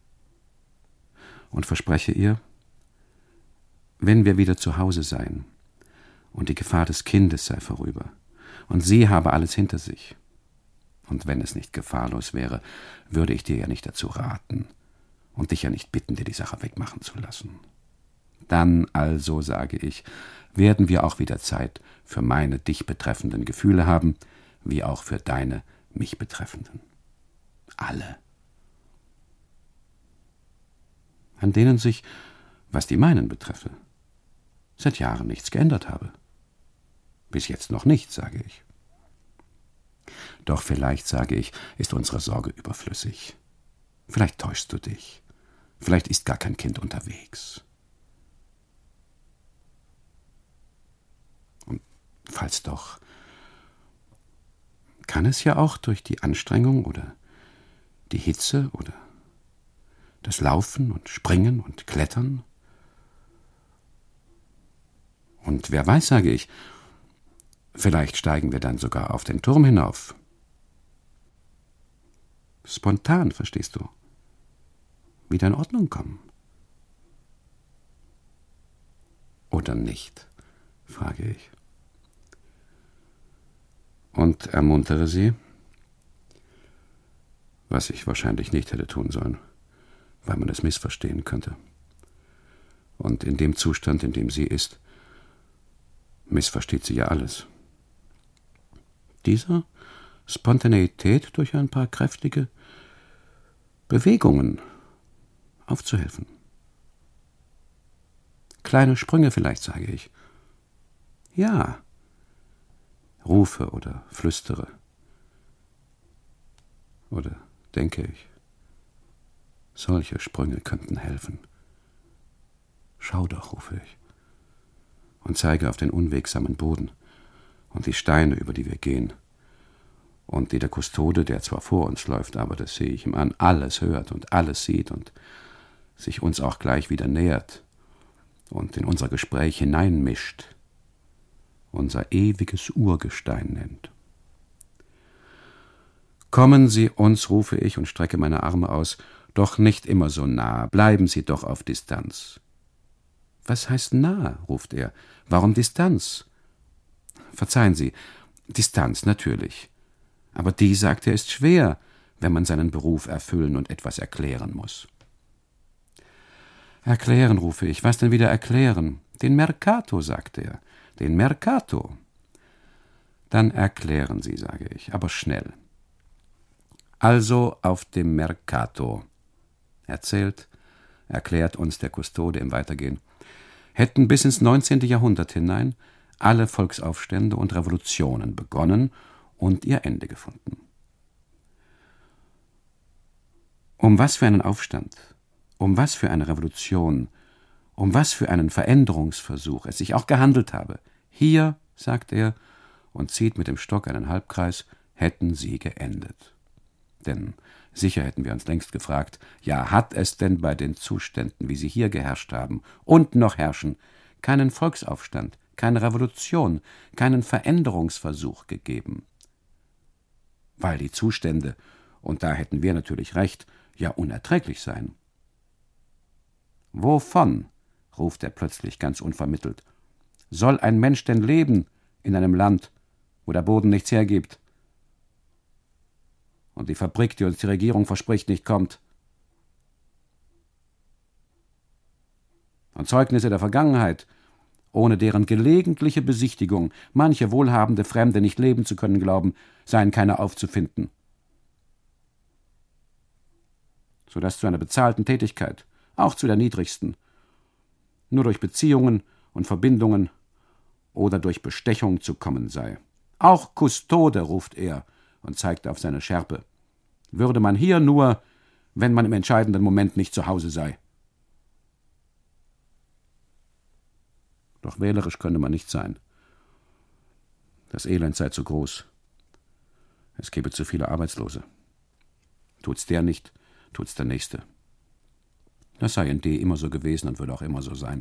Und verspreche ihr, wenn wir wieder zu Hause seien und die Gefahr des Kindes sei vorüber und sie habe alles hinter sich, und wenn es nicht gefahrlos wäre, würde ich dir ja nicht dazu raten und dich ja nicht bitten, dir die Sache wegmachen zu lassen. Dann also, sage ich, werden wir auch wieder Zeit für meine dich betreffenden Gefühle haben, wie auch für deine mich betreffenden. Alle. An denen sich, was die meinen betreffe, seit Jahren nichts geändert habe. Bis jetzt noch nicht, sage ich. Doch vielleicht, sage ich, ist unsere Sorge überflüssig. Vielleicht täuschst du dich. Vielleicht ist gar kein Kind unterwegs. Und falls doch, kann es ja auch durch die Anstrengung oder die Hitze oder das Laufen und Springen und Klettern. Und wer weiß, sage ich, vielleicht steigen wir dann sogar auf den Turm hinauf. Spontan, verstehst du? Wieder in Ordnung kommen. Oder nicht, frage ich. Und ermuntere sie, was ich wahrscheinlich nicht hätte tun sollen, weil man es missverstehen könnte. Und in dem Zustand, in dem sie ist, missversteht sie ja alles. Dieser Spontaneität durch ein paar kräftige Bewegungen aufzuhelfen. Kleine Sprünge vielleicht, sage ich. Ja, rufe oder flüstere. Oder denke ich, solche Sprünge könnten helfen. Schau doch, rufe ich, und zeige auf den unwegsamen Boden und die Steine, über die wir gehen, und die der Kustode, der zwar vor uns läuft, aber das sehe ich ihm an, alles hört und alles sieht und sich uns auch gleich wieder nähert und in unser Gespräch hineinmischt, unser ewiges Urgestein nennt. Kommen Sie uns, rufe ich und strecke meine Arme aus, doch nicht immer so nah, bleiben Sie doch auf Distanz. Was heißt nah, ruft er, warum Distanz? Verzeihen Sie, Distanz natürlich. Aber die, sagt er, ist schwer, wenn man seinen Beruf erfüllen und etwas erklären muss. Erklären, rufe ich, was denn wieder erklären? Den Mercato, sagt er, den Mercato. Dann erklären Sie, sage ich, aber schnell. Also auf dem Mercato, erzählt, erklärt uns der Kustode im Weitergehen, hätten bis ins neunzehnte Jahrhundert hinein alle Volksaufstände und Revolutionen begonnen und ihr Ende gefunden. Um was für einen Aufstand, um was für eine Revolution, um was für einen Veränderungsversuch es sich auch gehandelt habe, hier, sagt er und zieht mit dem Stock einen Halbkreis, hätten sie geendet. Denn sicher hätten wir uns längst gefragt, ja, hat es denn bei den Zuständen, wie sie hier geherrscht haben und noch herrschen, keinen Volksaufstand, keine Revolution, keinen Veränderungsversuch gegeben? Weil die Zustände, und da hätten wir natürlich recht, ja unerträglich seien. Wovon, ruft er plötzlich ganz unvermittelt, soll ein Mensch denn leben in einem Land, wo der Boden nichts hergibt und die Fabrik, die uns die Regierung verspricht, nicht kommt? und Zeugnisse der Vergangenheit, ohne deren gelegentliche Besichtigung manche wohlhabende Fremde nicht leben zu können glauben, seien keine aufzufinden. So dass zu einer bezahlten Tätigkeit, auch zu der niedrigsten, nur durch Beziehungen und Verbindungen oder durch Bestechung zu kommen sei. Auch Kustode, ruft er und zeigt auf seine Schärpe, würde man hier nur, wenn man im entscheidenden Moment nicht zu Hause sei. Doch wählerisch könne man nicht sein. Das Elend sei zu groß. Es gebe zu viele Arbeitslose. Tut's der nicht, tut's der Nächste. Das sei in D immer so gewesen und würde auch immer so sein.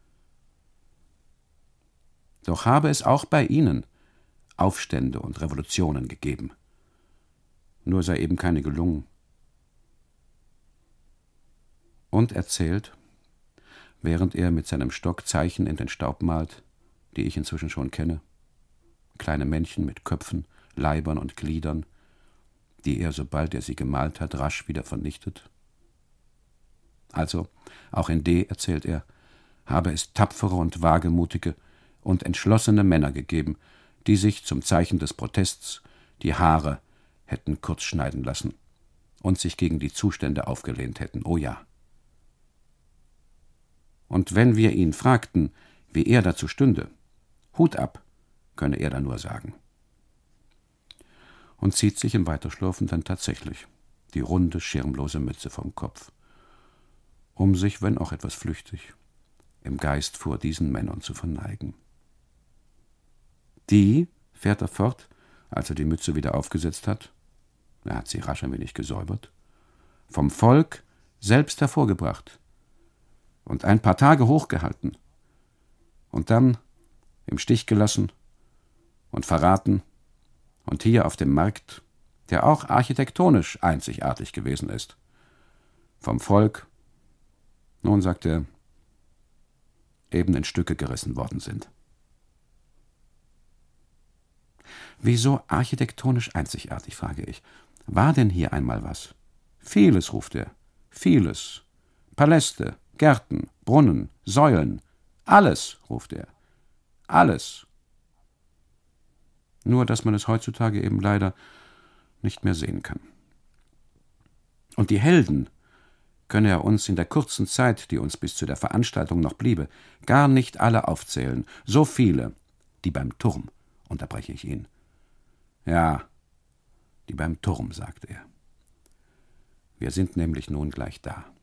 Doch habe es auch bei ihnen Aufstände und Revolutionen gegeben. Nur sei eben keine gelungen. Und erzählt, während er mit seinem Stock Zeichen in den Staub malt, die ich inzwischen schon kenne, kleine Männchen mit Köpfen, Leibern und Gliedern, die er, sobald er sie gemalt hat, rasch wieder vernichtet. Also, auch in D, erzählt er, habe es tapfere und wagemutige und entschlossene Männer gegeben, die sich zum Zeichen des Protests die Haare hätten kurz schneiden lassen und sich gegen die Zustände aufgelehnt hätten, oh ja. Und wenn wir ihn fragten, wie er dazu stünde, Hut ab, könne er da nur sagen. Und zieht sich im Weiterschlurfen dann tatsächlich die runde, schirmlose Mütze vom Kopf, um sich, wenn auch etwas flüchtig, im Geist vor diesen Männern zu verneigen. Die, fährt er fort, als er die Mütze wieder aufgesetzt hat, er hat sie rasch ein wenig gesäubert, vom Volk selbst hervorgebracht und ein paar Tage hochgehalten und dann im Stich gelassen und verraten und hier auf dem Markt, der auch architektonisch einzigartig gewesen ist, vom Volk, nun, sagt er, eben in Stücke gerissen worden sind. Wieso architektonisch einzigartig, frage ich. War denn hier einmal was? Vieles, ruft er, vieles. Paläste, Gärten, Brunnen, Säulen, alles, ruft er, alles. Nur, dass man es heutzutage eben leider nicht mehr sehen kann. Und die Helden könne er uns in der kurzen Zeit, die uns bis zu der Veranstaltung noch bliebe, gar nicht alle aufzählen. So viele, die beim Turm, unterbreche ich ihn. Ja, die beim Turm, sagt er. Wir sind nämlich nun gleich da.